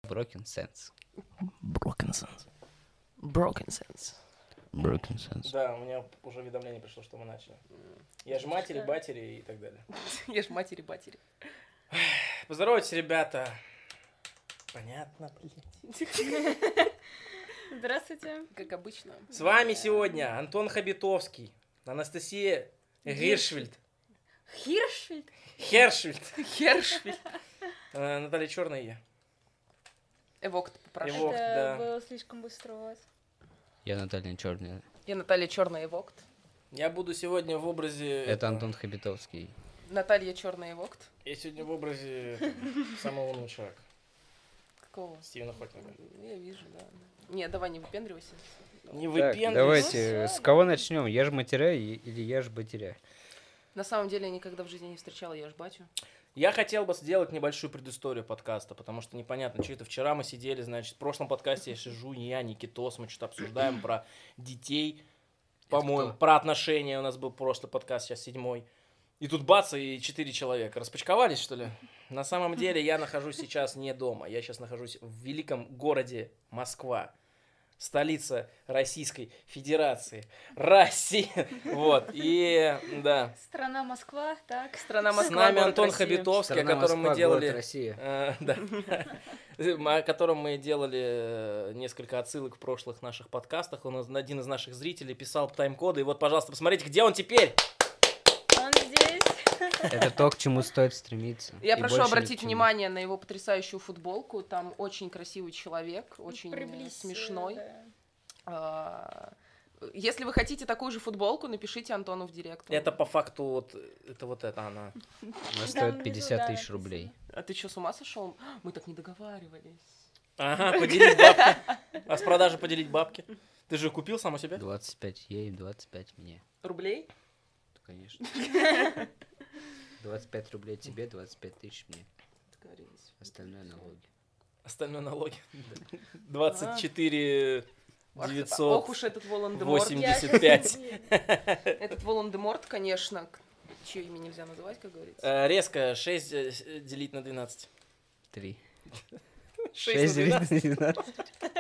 Broken Sense. Broken Sense. Broken Sense. Да, у меня уже уведомление пришло, что мы начали. Я ж матери, батери и так далее. Я ж матери-батери. Поздоровайтесь, ребята. Понятно, блядь. Здравствуйте. Как обычно. С вами сегодня Антон Хабитовский, Анастасия Гиршфельд, Хиршфельд? Хершфельд, Хершфельд. Наталья Черная и я. Эвокт попрошу. Эвокт, да. Это было слишком быстро у вас. Я Наталья Черная. Я Наталья Черная Эвокт. Я буду сегодня в образе... Это Антон Хабитовский. Наталья Черная Эвокт. Я сегодня в образе самого умного человека. Какого? Стивена Хокинга. Я вижу, да. Не, давай не выпендривайся. Не Так, выпендривайся. давайте, с кого начнем? Я ж матеря или я ж батеря? На самом деле я никогда в жизни не встречала я ж батю. Я хотел бы сделать небольшую предысторию подкаста, потому что непонятно, что это. Вчера мы сидели, значит, в прошлом подкасте я сижу, не я, Никитос, мы что-то обсуждаем про детей, по-моему, кто? про отношения. У нас был прошлый подкаст, сейчас 7-й. И тут бац, и 4 человека. Распочковались, что ли? На самом деле я нахожусь сейчас не дома. Я сейчас нахожусь в великом городе Москва. Столица Российской Федерации. Россия. Вот. И да. Страна Москва, так. Страна С Москва, нами город Антон Россия. Хабитовский, Страна о котором Москва, мы делали... город Россия. Да. О котором мы делали несколько отсылок в прошлых наших подкастах. Он один из наших зрителей писал тайм-коды. И вот, пожалуйста, посмотрите, где он теперь. Он здесь. Это то, к чему стоит стремиться. Я И прошу больше ни к обратить чему. внимание на его потрясающую футболку. Там очень красивый человек, очень Приблизь, смешной. да. Если вы хотите такую же футболку, напишите Антону в директ. Это по факту вот это она. Она Там стоит внизу, 50 да, тысяч написано. рублей. А ты что, с ума сошел? Мы так не договаривались. Ага, поделить бабки. А с продажи поделить бабки. Ты же купил сам у себя? 25 ей, 25 мне. Рублей? Да, конечно. 25 рублей тебе, 25 тысяч мне. Договорились. Остальное налоги. Остальное налоги. 24 Ох уж этот Волан-де-Морт. 985. Этот Волан-де-Морт, конечно. Чье имя нельзя называть, как говорится. Резко 6 делить на 12. 3. 6 на 12. 12.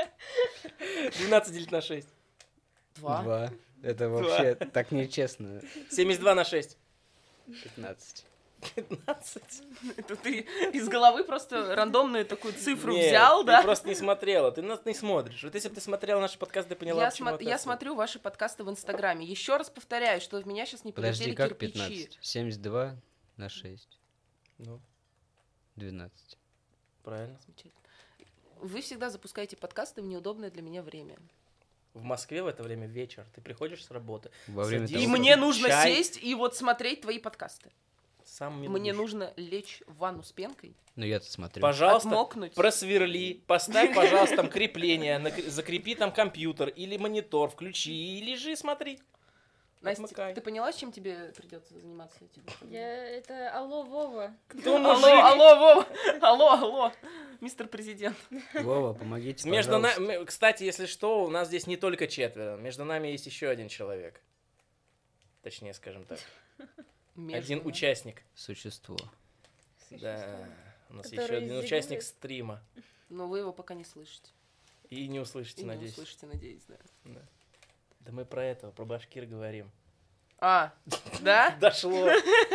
12 делить на 6. 2. Это вообще так нечестно. 72 на 6. 15. 15. Это ты из головы просто рандомную такую цифру Нет, взял, ты да? просто не смотрела, ты нас не смотришь. Вот если бы ты смотрела наши подкасты, ты поняла, Я, почему я смотрю ваши подкасты в Инстаграме. Еще раз повторяю, что в меня сейчас не Подожди, полетели как кирпичи. 15? 72 на 6. Ну, 12. правильно. Замечательно. Вы всегда запускаете подкасты в неудобное для меня время. В Москве в это время вечер. Ты приходишь с работы. Во время Садись. И того, мне нужно чай. сесть и вот смотреть твои подкасты. Сам Мне нужно лечь в ванну с пенкой, Ну я-то смотрю. Пожалуйста, отмокнуть. просверли, поставь, пожалуйста, там крепление, закрепи там компьютер или монитор, включи и лежи, смотри. Настя, отмыкай. ты поняла, с чем тебе придется заниматься этим? Это алло, Вова. Кто Алло, мужик? алло, Вова! Алло, мистер президент. Вова, помогите, Между пожалуйста. нами, кстати, если что, у нас здесь не только четверо. Между нами есть еще один человек. Точнее, скажем так. Один участник. Существо. Да. У нас Который еще один зигует. участник стрима. Но вы его пока не слышите. И не услышите, И не надеюсь. услышите, надеюсь, да. Да мы про этого, про башкир говорим. А, да? Дошло.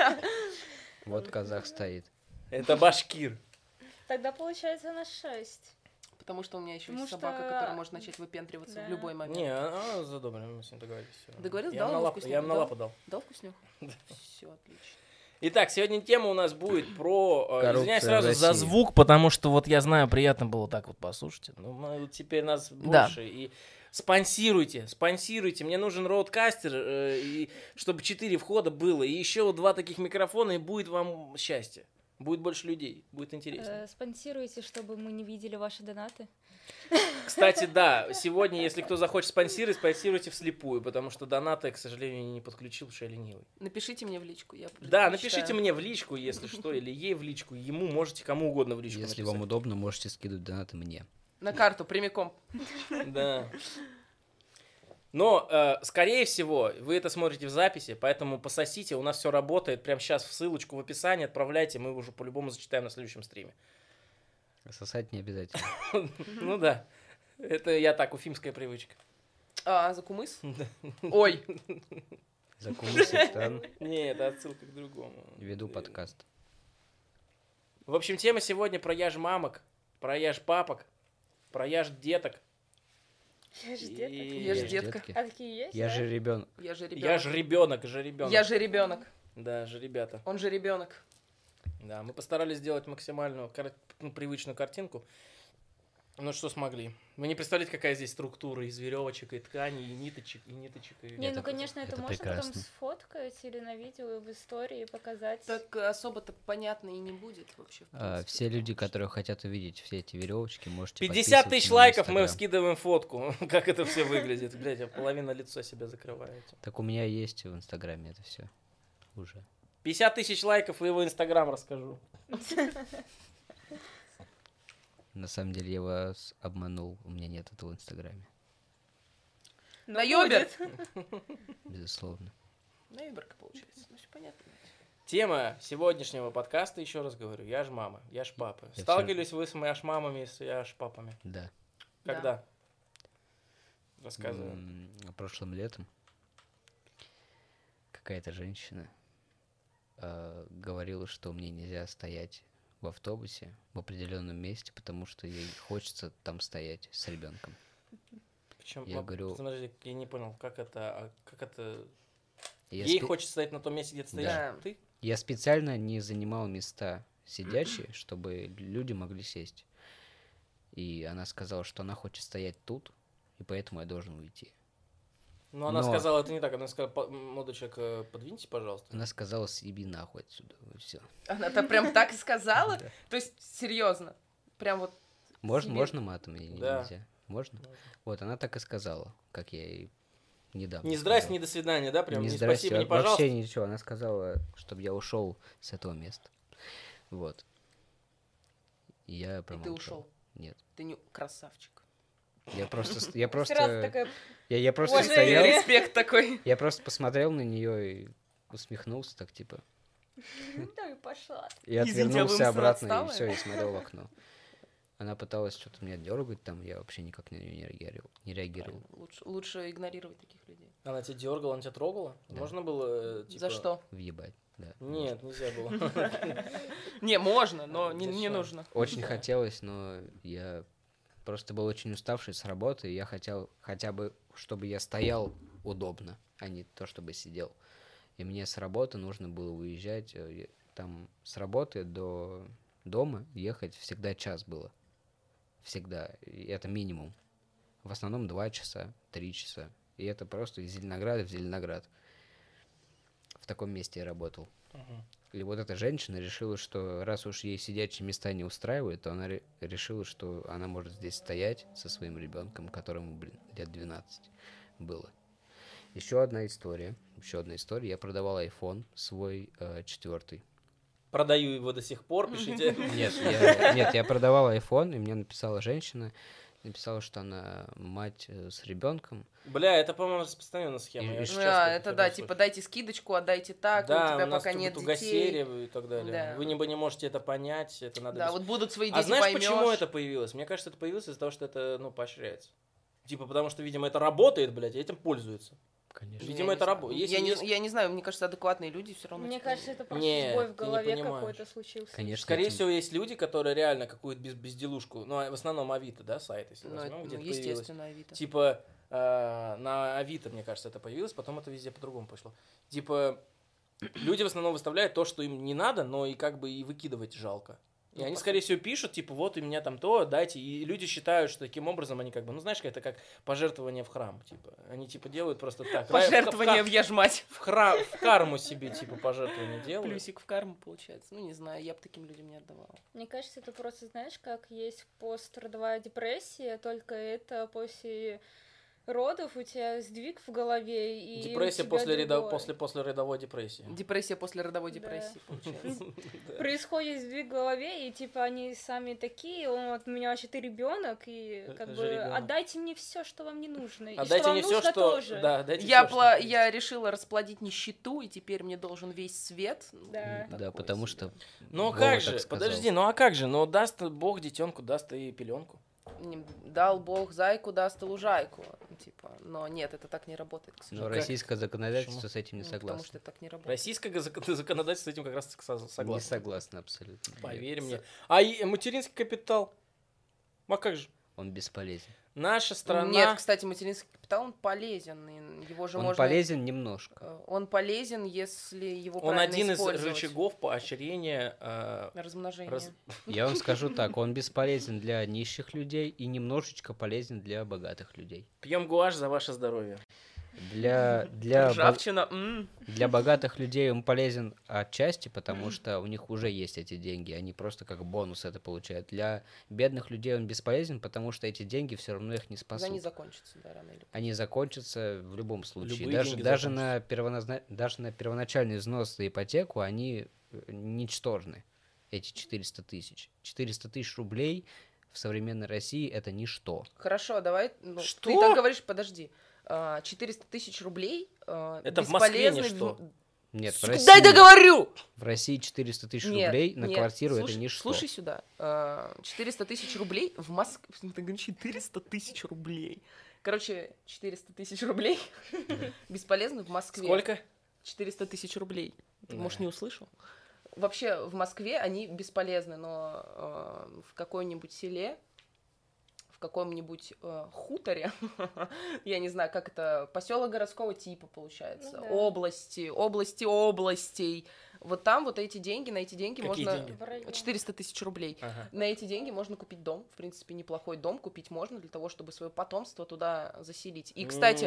Вот казах стоит. Это башкир. Тогда получается на 6. Потому что у меня еще Потому есть собака, что- которая может начать выпендриваться Да. в любой момент. Не, она задобрена, мы с ним договорились. всё. Договорились? Я Дал ему на ему лапу- вкусняшку? Я ему на Дал? лапу дал. Дал вкуснюху? Все, отлично. Итак, сегодня тема у нас будет про... Коррупция Извиняюсь в сразу за России. звук, потому что вот я знаю, приятно было так вот послушать. Но вот теперь нас Да. больше. И спонсируйте. Мне нужен роудкастер, и чтобы 4 входа было. И еще вот 2 таких микрофона, и будет вам счастье. Будет больше людей, будет интересно. Спонсируйте, чтобы мы не видели ваши донаты. Кстати, да, сегодня, если кто захочет спонсировать, спонсируйте вслепую, потому что донаты, к сожалению, не подключил, потому что я ленивый. Напишите мне в личку. Я Да, прочитаю. напишите мне в личку, если что, или ей в личку, ему можете кому угодно в личку Если написать. вам удобно, можете скидывать донаты мне. На карту прямиком. Да. Но, скорее всего, вы это смотрите в записи, поэтому пососите, у нас все работает. Прямо сейчас в ссылочку в описании отправляйте, мы уже по-любому зачитаем на следующем стриме. Сосать не обязательно. Ну да. Это я так, уфимская привычка. А, за кумыс? Ой, Закумысить там, Не, это отсылка к другому. веду подкаст. В общем, тема сегодня про яж мамок, про яж папок, про яж деток. Я же деток. Я ж И- детка. Детки. А такие есть? Я да? же ребенок. я же Я ж ребенок. ребенок. Я же ребенок. Да, же ребята. Он же ребенок. Да, мы постарались сделать максимальную привычную картинку. Ну, что смогли. Вы не представляете, какая здесь структура из веревочек, и тканей, и ниточек, и ниточек. И... Не, Это- ну конечно, это это можно потом прекрасно. сфоткать или на видео, в истории показать. Так особо-то понятно и не будет вообще. в принципе, Все люди, потому что- которые хотят увидеть все эти веревочки, можете 50 подписываться тысяч на лайков, мы Инстаграм. скидываем фотку, как это все выглядит. Блять, я половина лица себя закрываете. Так у меня есть в Инстаграме это все уже. 50 тысяч лайков, и его Инстаграм расскажу. На самом деле я вас обманул, у меня нет этого в Инстаграме, Но Наёбер! будет. безусловно. Наеберка получается. Ну, все понятно. Тема сегодняшнего подкаста, еще раз говорю, я ж мама, я ж папа. Я Сталкивались вы с я ж мамами, с я ж папами? Да. Да. Когда? Рассказывай. Прошлым летом какая-то женщина говорила, что мне нельзя стоять в автобусе в определенном месте, потому что ей хочется там стоять с ребенком. Причем, я говорю- Подожди, я не понял, как это... Я, Ей спе- хочется стоять на том месте, где ты стоишь Да. ты? я специально не занимал места сидячие, чтобы люди могли сесть. И она сказала, что она хочет стоять тут, и поэтому я должен уйти. Но она Но- сказала это не так, она сказала, молодой человек, подвиньте, пожалуйста. Она сказала, съеби нахуй отсюда, и все. Она-то прям так и сказала? То есть, серьезно. Прям вот. Можно, Себе- можно матом или Да. нельзя? Можно? Можно. Вот, она так и сказала, как я ей недавно Не здрасте, сказал. не до свидания, да? Прям Не не здрасте, спасибо, не вообще пожалуйста. ничего. Она сказала, чтобы я ушел с этого места. Вот. И я И ты промолчал. ушел. Нет. Ты не красавчик. Я просто, Сразу такая, я просто уважение. стоял, Респект такой. я просто посмотрел на нее и усмехнулся так типа да и пошла. и Извините, а вы отвернулся мысленно обратно и отсталая? все, и смотрел в окно. Она пыталась что-то меня дергать там, я вообще никак на нее не реагировал. Лучше игнорировать таких людей. Она тебя дергала, она тебя трогала? Да. Можно было, типа... За что? Въебать, да. Нет, нельзя было. Не, можно, но не Зачем? нужно. Очень хотелось, но я просто был очень уставший с работы, и я хотел хотя бы, чтобы я стоял удобно, а не то, чтобы сидел. И мне с работы нужно было уезжать, там с работы до дома ехать всегда час было. Всегда. И это минимум. В основном 2 часа, 3 часа. И это просто из Зеленограда в Зеленоград. В таком месте я работал. Мгм. И вот эта женщина решила, что раз уж ей сидячие места не устраивают, то она решила, что она может здесь стоять со своим ребенком, которому, лет 12 было. Еще одна история. Я продавал iPhone свой 4. Продаю его до сих пор, пишите. Нет, я продавал iPhone, и мне написала женщина, написала, что она мать с ребенком. Бля, это, по-моему, распространенная схема. И- я и часто Да, такое это да, слышу. типа дайте скидочку, отдайте так, Да, у тебя у нас пока тут нет детей. тугосерие и так далее. Да. Вы не можете это понять, это надо... Да, без- вот будут свои дети, А знаешь, поймешь. почему это появилось? Мне кажется, это появилось из-за того, что это, поощряется. Типа, потому что, видимо, это работает, блядь, и этим пользуются. Конечно. Видимо, Я не это знаю. работает. Я не знаю, мне кажется, адекватные люди все равно. Мне типа, кажется, это просто Не, сбой в ты не голове понимаешь. какой-то случился. Конечно. Скорее этим- всего, есть люди, которые реально какую-то безделушку, ну, а в основном Авито, да, сайт, если Ну, возьмем, это, где ну, это появилось. естественно, Авито. Типа, на Авито, мне кажется, это появилось, потом это везде по-другому пошло. Типа, люди в основном выставляют то, что им не надо, но и как бы и выкидывать жалко. И Ну, они, по скорее всего, пишут, типа, вот у меня там то, дайте. И люди считают, что таким образом они как бы, ну, знаешь, это как пожертвование в храм, типа. Они, типа, делают просто так. Пожертвование в яжмать. В карму себе, типа, пожертвование делают. Плюсик в карму получается. Ну, не знаю, я бы таким людям не отдавала. Мне кажется, это просто, знаешь, как есть пост-родовая депрессия, только это после родов у тебя сдвиг в голове и у Депрессия тебя после другое. родовой депрессии. Депрессия после родовой Да. депрессии, получается. Происходит сдвиг в голове, и типа они сами такие, вот у меня вообще ты ребенок, и как бы Жеребёнок. отдайте мне все, что вам не нужно. И Отдайте что вам мне все, нужно что... тоже. Да, отдайте Я, всё, что я решила расплодить нищету, и теперь мне должен весь свет. Да. Да, Такое потому себе. что... Ну Вова как так же, сказал. подожди, ну а как же? Ну даст Бог детенку, даст и пеленку. Дал Бог зайку, даст и лужайку. Типа, но нет, это так не работает, к Но сожалению. как? российское законодательство Почему? с этим не Ну, потому согласно. что это так не работает. Российское законодательство с этим как раз согласно. Не согласна абсолютно. Поверь мне. А материнский капитал? А как же? Он бесполезен. Наша страна... Нет, кстати, материнский капитал, он полезен. И его же Он можно... полезен немножко. Он полезен, если его Он правильно один из использовать. рычагов поощрения... Размножения. Я вам скажу так, он бесполезен для нищих людей и немножечко полезен для богатых людей. Пьем гуашь за ваше здоровье. Для Ржавчина. Для богатых людей он полезен отчасти, потому что у них уже есть эти деньги, они просто как бонус это получают. Для бедных людей он бесполезен, потому что эти деньги все равно их не спасут. Они закончатся, да, рано или поздно. Они закончатся в любом случае. Любые Даже, деньги даже, даже на первоначальный взнос за ипотеку они ничтожны, эти 400 тысяч. 400 тысяч рублей в современной России это ничто. Хорошо, давай... Что? Ты так говоришь, подожди. 400 тысяч рублей Это в Москве бесполезны ничто. Нет, в Сука, России, дай договорю! в России 400 тысяч Нет, рублей на нет, квартиру слушай, это ничто. Слушай сюда. 400 тысяч рублей в Москве... Ты говоришь, 400 тысяч рублей. Короче, 400 тысяч рублей бесполезны в Москве. Сколько? 400 тысяч рублей. Ты, Да. может, не услышал? Вообще, в Москве они бесполезны, но в какой-нибудь селе, в каком-нибудь хуторе, я не знаю, как это, поселок городского типа получается, Ну да. областей, вот там вот эти деньги, на эти деньги Какие можно... деньги? В районе. 400 тысяч рублей. Ага. На эти деньги можно купить дом, в принципе, неплохой дом купить можно для того, чтобы свое потомство туда заселить. И, кстати,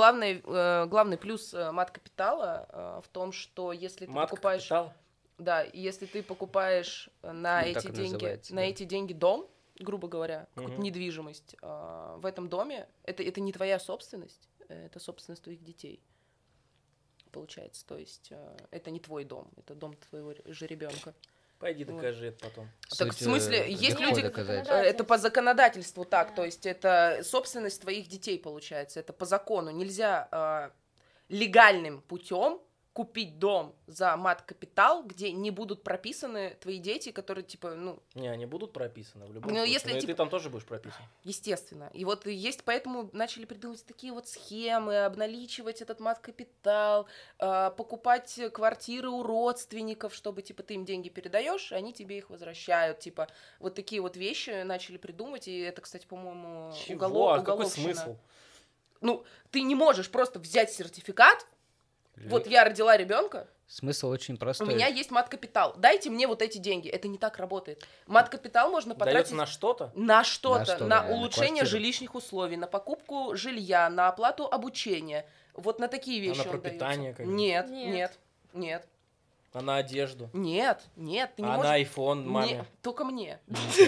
главный плюс мат-капитала в том, что если ты покупаешь... Мат-капитал? Да, и если ты покупаешь на Ну, так эти и деньги, называется, на да. эти деньги дом, грубо говоря, какую-то Мгм. недвижимость, в этом доме, это не твоя собственность, это собственность твоих детей, получается. То есть это не твой дом, это дом твоего же ребенка. Пойди Вот. докажи это потом. Так в смысле, есть легко люди, доказать. Это по законодательству так, Да. то есть это собственность твоих детей, получается, это по закону. Нельзя легальным путем купить дом за мат-капитал, где не будут прописаны твои дети, которые, типа, ну, Не, они будут прописаны в любом Ну, случае. если, Но и типа- ты там тоже будешь прописан. естественно. И вот есть, поэтому начали придумывать такие вот схемы, обналичивать этот мат-капитал, покупать квартиры у родственников, чтобы, типа, ты им деньги передаешь, и они тебе их возвращают. Типа, вот такие вот вещи начали придумать, и это, кстати, по-моему, Чего? А какой уголовщина. смысл? Ну, ты не можешь просто взять сертификат, вот я родила ребенка, Смысл очень у простой. меня есть мат-капитал, дайте мне вот эти деньги. Это не так работает. Мат-капитал можно потратить Дается на что-то? на что-то, На что, на да, на улучшение квартиру. жилищных условий, на покупку жилья, на оплату обучения. Вот на такие вещи на он пропитание дается. как-нибудь? Нет, Нет. нет, нет, А на одежду? нет, нет, ты не А можешь... на iPhone маме? Не, только мне.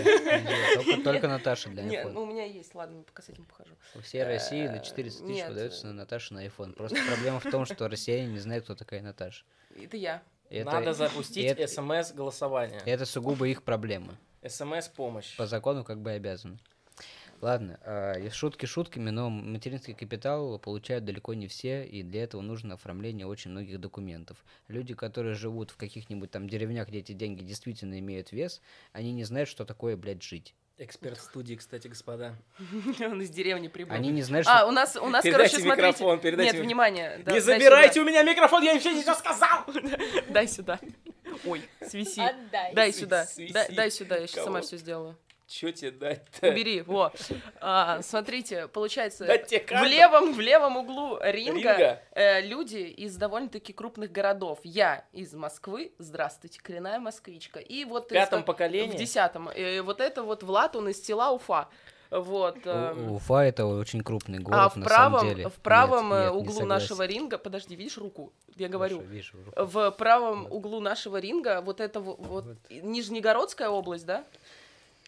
Только Наташа для Нет, iPhone. ну у меня есть, ладно, пока с этим покажу. Во всей России на 400 тысяч Нет. выдается на Наташу на iPhone. Просто проблема в том, что россияне не знают, кто такая Наташа. Это я. Надо запустить это- СМС-голосование. Это сугубо их проблема. СМС-помощь. По закону как бы обязаны. Ладно, шутки шутками, но материнский капитал получают далеко не все, и для этого нужно оформление очень многих документов. Люди, которые живут в каких-нибудь там деревнях, где эти деньги действительно имеют вес, они не знают, что такое, блядь, жить. Эксперт студии, кстати, господа. Он из деревни прибыл. Они не знают, что... А, у нас, Передайте короче, смотрите. микрофон, передайте Нет, ми- внимание. Не дай забирайте сюда. у меня микрофон, я еще ничего сказал! Дай сюда. Ой, свиси. Отдай. Дай сюда. Свиси. Дай сюда, я сейчас Кого? сама все сделаю. Че тебе дать-то? Убери, во. Смотрите, получается, Дать тебе карту? в левом углу ринга, Ринга? люди из довольно-таки крупных городов. Я из Москвы, здравствуйте, коренная москвичка. И вот В пятом в поколении? 10-м. Вот это вот Влад, он из села Уфа. Вот. Уфа это очень крупный город, А в на правом, самом деле. в правом Нет, не углу согласен. нашего ринга, подожди, видишь руку? Я говорю. Вижу, руку. В правом углу нашего ринга вот это вот Нижнегородская область, да?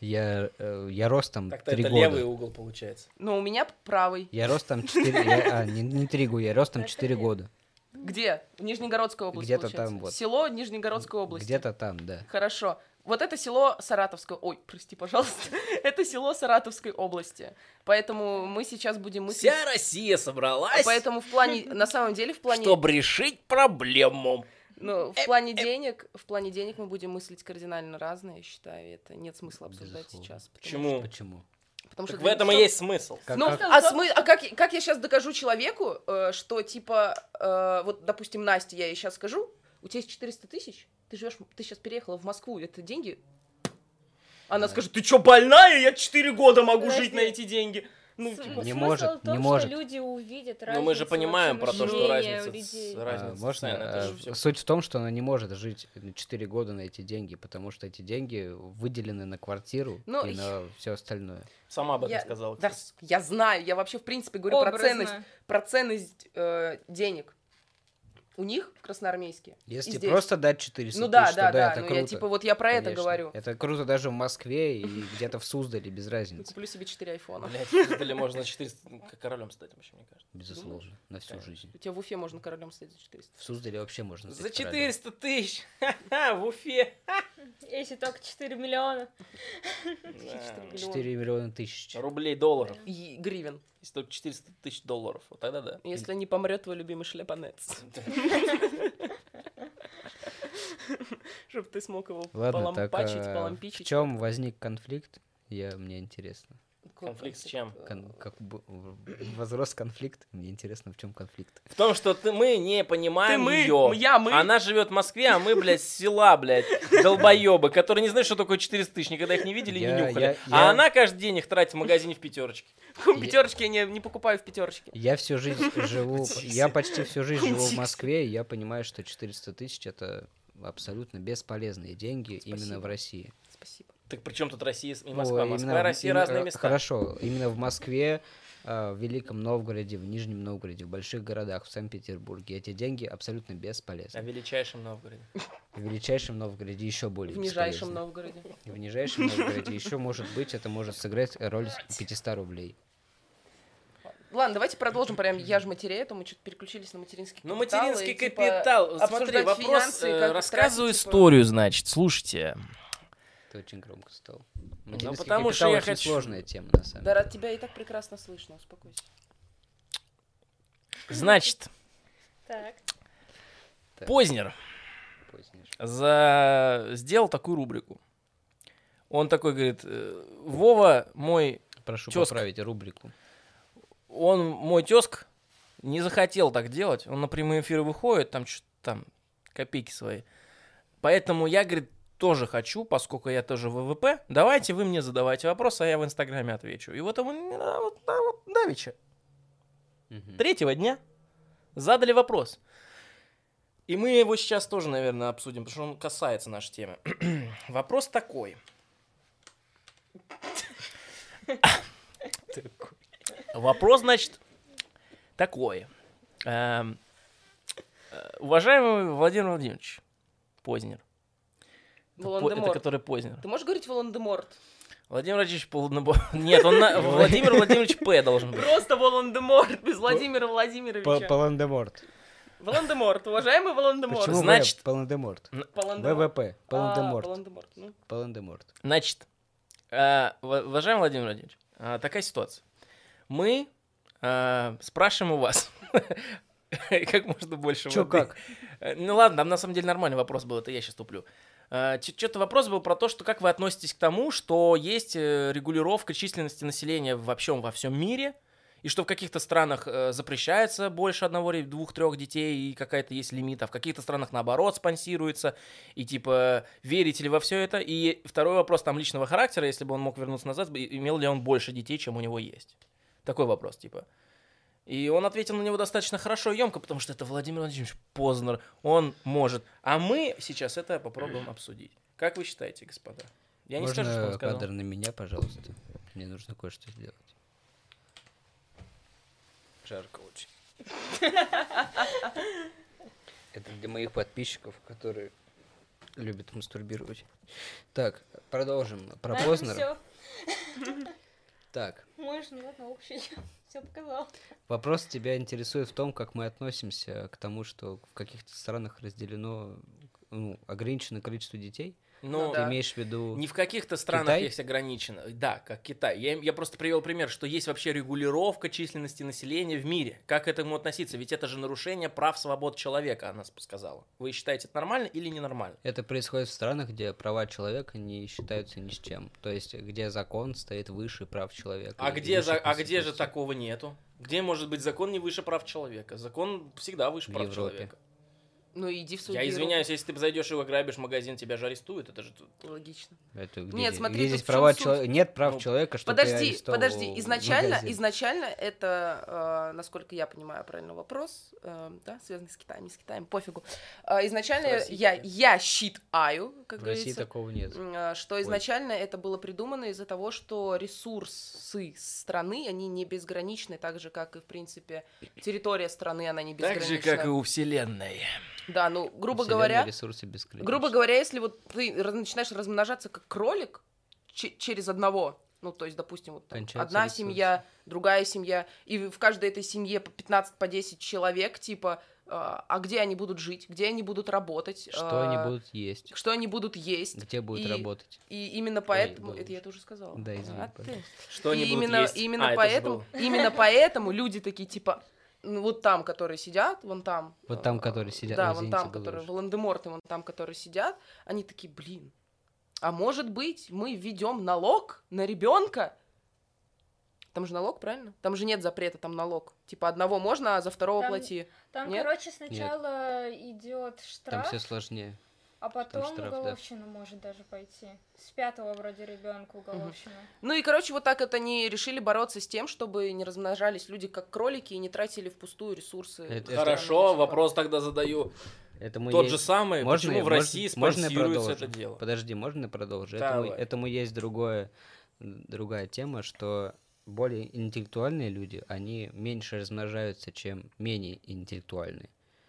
Я ростом Так-то 3 это года. левый угол получается. Но у меня правый. Я ростом 4... не 3 года, я ростом 4 года. Где? В Нижнегородской области, Где-то получается. там вот. Село Нижнегородской области. Где-то там, да. Хорошо. Вот это село Саратовской... Ой, прости, пожалуйста. Это село Саратовской области. Поэтому мы сейчас будем мыслить... Вся Россия собралась, Поэтому в плане... На самом деле, в плане... чтобы решить проблему. Ну, в плане денег мы будем мыслить кардинально разное, я считаю. Это нет смысла обсуждать Безусловно. сейчас. Почему? Почему? Потому Так что в этом и есть смысл. Ну, как я сейчас докажу человеку, что, типа, вот, допустим, Насте я ей сейчас скажу, у тебя есть 400 тысяч, ты сейчас переехала в Москву, это деньги? Она скажет, ты что, больная? Я 4 года могу жить на эти деньги. Ну, типа, Не Смысл может, в том, не может. что люди увидят Но разницу. мы же понимаем про вообще то, что мышления у разница людей. цен, это же всё. Суть в том, что она не может жить 4 года на эти деньги, потому что эти деньги выделены на квартиру Ну, и на все остальное. Сама об этом я, сказала. да, кстати. я знаю, я вообще, в принципе, говорю Образно. про ценность денег. У них в Красноармейске. Если и здесь. просто дать 400 Ну тысяч, да, то да, да, это ну круто. я типа вот я про это Конечно. говорю. Это круто даже в Москве и где-то в Суздале, без разницы. Куплю себе 4 айфона. Блядь, в Суздале можно на 400 королем стать вообще, мне кажется. Безусловно, на всю Конечно. жизнь. У тебя в Уфе можно королем стать за 400. В Суздале вообще можно За стать королем. 400 тысяч! Ха-ха, в Уфе! Если только 4 миллиона. Да. 4 миллиона тысяч. Рублей, долларов. И гривен. Если только 400 тысяч долларов, вот тогда да. Если не помрет твой любимый шляпанец. Чтоб ты смог его Ладно, так полампачить, в полампичить. чем возник конфликт? Мне интересно. Конфликт с чем? Возрос конфликт? Мне интересно, в чем конфликт. В том, что мы не понимаем мы, ее. мы. Она живет в Москве, а мы, блядь, с села, блядь, долбоебы, которые не знают, что такое 400 тысяч, никогда их не видели и не нюхали. А она каждый день их тратит в магазине в пятерочке. Пятерочки я не покупаю в пятерочке. Я всю жизнь живу, я почти всю жизнь живу в Москве, и я понимаю, что 400 тысяч это абсолютно бесполезные деньги именно в России. Спасибо. Так при чем тут Россия и Ну, Москва? Москва и Россия разные места. Хорошо, именно в Москве, в Великом Новгороде, в Нижнем Новгороде, в больших городах, в Санкт-Петербурге эти деньги абсолютно О бесполезны. величайшем Новгороде. В Величайшем Новгороде еще более В нижайшем бесполезны. Новгороде. В Нижайшем Новгороде еще может быть, это может сыграть роль 500 рублей. Ладно, давайте продолжим прям я ж матерей, а то мы что-то переключились на материнский капитал. Ну, материнский и, типа, капитал. Смотри, обсуждать вопрос. финансы, как Рассказываю тратить, типа. историю, значит. Слушайте. Это очень громко стало. Ну, Материнский потому что капитал я очень хочу- сложная тема, на самом Да, деле. рад тебя и так прекрасно слышно, успокойся. Значит, Так. Так, Познер позднее. сделал такую рубрику. Он такой говорит: Вова, мой Прошу тёзка. поправить рубрику. мой тезк не захотел так делать. Он на прямые эфиры выходит, там что-то там, копейки свои. Поэтому я, говорит, тоже хочу, поскольку я тоже ВВП, давайте вы мне задавайте вопросы, а я в Инстаграме отвечу. И вот ему давеча, Мгм. 3-го дня задали вопрос. И мы его сейчас тоже, наверное, обсудим, потому что он касается нашей темы. Вопрос такой. Вопрос, значит, такой. Уважаемый Владимир Владимирович Познер. Это Волан-де-Морт. который Познер. Ты можешь говорить Волан-де-Морт? Владимир Владимирович Нет, он Владимир Владимирович П должен быть. Просто Волан-де-Морт, без Владимира Владимировича. Паландеморт. Волан-де-Морт, уважаемый Волан-де-Морт. Почему Значит- Паландеморт? Волан-де-Морт. ВВП. Паландеморт. Волан-де-Морт. Ну. Паландеморт. Значит, уважаемый Владимир Владимирович, такая ситуация. Мы спрашиваем у вас как можно больше Чё, воды. как? Ну ладно, там на самом деле нормальный вопрос был, это я сейчас туплю. Что-то вопрос был про то, что как вы относитесь к тому, что есть регулировка численности населения во всем мире, и что в каких-то странах запрещается больше 1, 2, 3 детей, и какая-то есть лимит, а в каких-то странах наоборот спонсируется, и типа верите ли во все это? И второй вопрос там личного характера, если бы он мог вернуться назад, имел ли он больше детей, чем у него есть? Такой вопрос, типа. И он ответил на него достаточно хорошо и емко, потому что это Владимир Владимирович Познер, он может. А мы сейчас это попробуем обсудить. Как вы считаете, господа? Я не скажу, что он Можно сказал. кадр на меня, пожалуйста? Мне нужно кое-что сделать. Жарко очень. Это для моих подписчиков, которые Любит мастурбировать. Так, продолжим. Про Да, Познера. всё. Так, Можешь, ну ладно, общий. Все показал. вопрос тебя интересует в том, как мы относимся к тому, что в каких-то странах разделено, ограниченное количество детей. Ну, Ты да. имеешь в виду... не в каких-то странах Китай? есть ограничено. Да, как Китай. Я просто привел пример, что есть вообще регулировка численности населения в мире. Как к этому относиться? Ведь это же нарушение прав, свобод человека, она сказала. Вы считаете это нормально или ненормально? Это происходит в странах, где права человека не считаются ни с чем. То есть, где закон стоит выше прав человека. А и где выше же Конституции. такого нету? Где может быть закон не выше прав человека? Закон всегда выше В прав Европе. человека. Ну иди в свою Я Европу. извиняюсь, если ты зайдешь и ограбишь магазин, тебя же арестуют. Это же Логично. Это где Нет, здесь- смотри, где тут здесь в чём права суть? человека? Нет прав Ну, человека, чтобы ты Подожди, арестовывал изначально, магазин. изначально это, насколько я понимаю правильно вопрос, да, связанный с Китаем, не с Китаем, пофигу. Изначально С Россией. я считаю, как В России говорится, такого нет. что изначально это было придумано из-за того, что ресурсы страны, они не безграничны, так же, как и, в принципе, территория страны, она не безгранична. у Вселенной. Да, ну, грубо Вселенная, говоря, ресурсы бесконечны. грубо говоря, если вот ты начинаешь размножаться как кролик через одного, ну, то есть, допустим, вот там Кончаются одна ресурсы. семья, другая семья, и в каждой этой семье по 15, по 10 человек, типа, а где они будут жить, где они будут работать, Что они будут есть? что они будут есть. Где будут и- работать? И именно поэтому... было это я уже. тоже сказала. Да, извини, А ты? пожалуйста. Что они И будут именно, есть? именно, Это же поэтому, было. именно поэтому люди такие, типа, ну, вот там, которые сидят, вон там. Вот там, которые сидят, Да, ой, вон извините, там, было которые, уже. Волан-де-Морт и вон там, которые сидят, они такие, блин, а может быть, мы введем налог на ребенка? Там же налог, правильно? Там же нет запрета, там налог. Типа одного можно, а за второго Там- плати. Там, Нет? короче, сначала идет Там штраф, все сложнее. а потом штраф, да. уголовщина может даже пойти. С 5-го вроде ребенка уголовщина. Ну и, короче, вот так вот они решили бороться с тем, чтобы не размножались люди как кролики и не тратили впустую ресурсы. Это- Хорошо, Типа, вопрос тогда задаю. Это мы Тот есть- же самый, Можно почему в можно- России можно я спонсируется продолжу? это дело? Подожди, можно я продолжу? Давай. Этому есть другая тема, что более интеллектуальные люди, они меньше размножаются, чем менее интеллектуальные.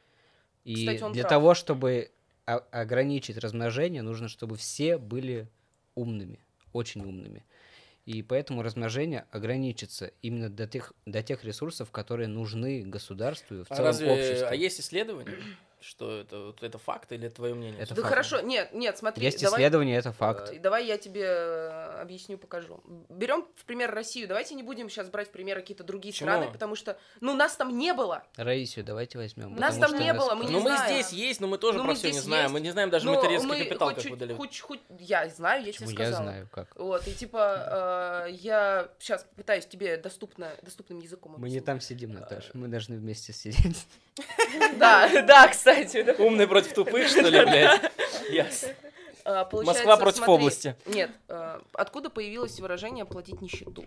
И Кстати, он для прав. того, чтобы ограничить размножение, нужно, чтобы все были умными, очень умными. И поэтому размножение ограничится именно до тех ресурсов, которые нужны государству и в целом обществу. А есть исследования, что это факт или это твое мнение? Это Да факт. хорошо, нет, смотри, Есть давай... исследования, это факт. Давай я тебе объясню, покажу. Берем в пример Россию. Давайте не будем сейчас брать в пример какие-то другие Почему? страны, потому что, ну, нас там не было. Раисию давайте возьмем. Нас потому там что не было, мы не Ну мы знаем. здесь есть, но мы тоже Ну, про мы все не здесь знаем. есть. Мы не знаем даже Но материнский мы капитал, хоть как чуть- выдали. я знаю, я Почему тебе я сказала. знаю, как. Вот, и типа, я сейчас попытаюсь тебе доступным языком Мы не объяснить. там сидим, Наташа. Мы должны вместе сидеть. Да, кстати. Умный против тупых, что ли, блядь? Ясно. Получается, Москва против смотри, области. Нет, откуда появилось выражение «платить нищету»?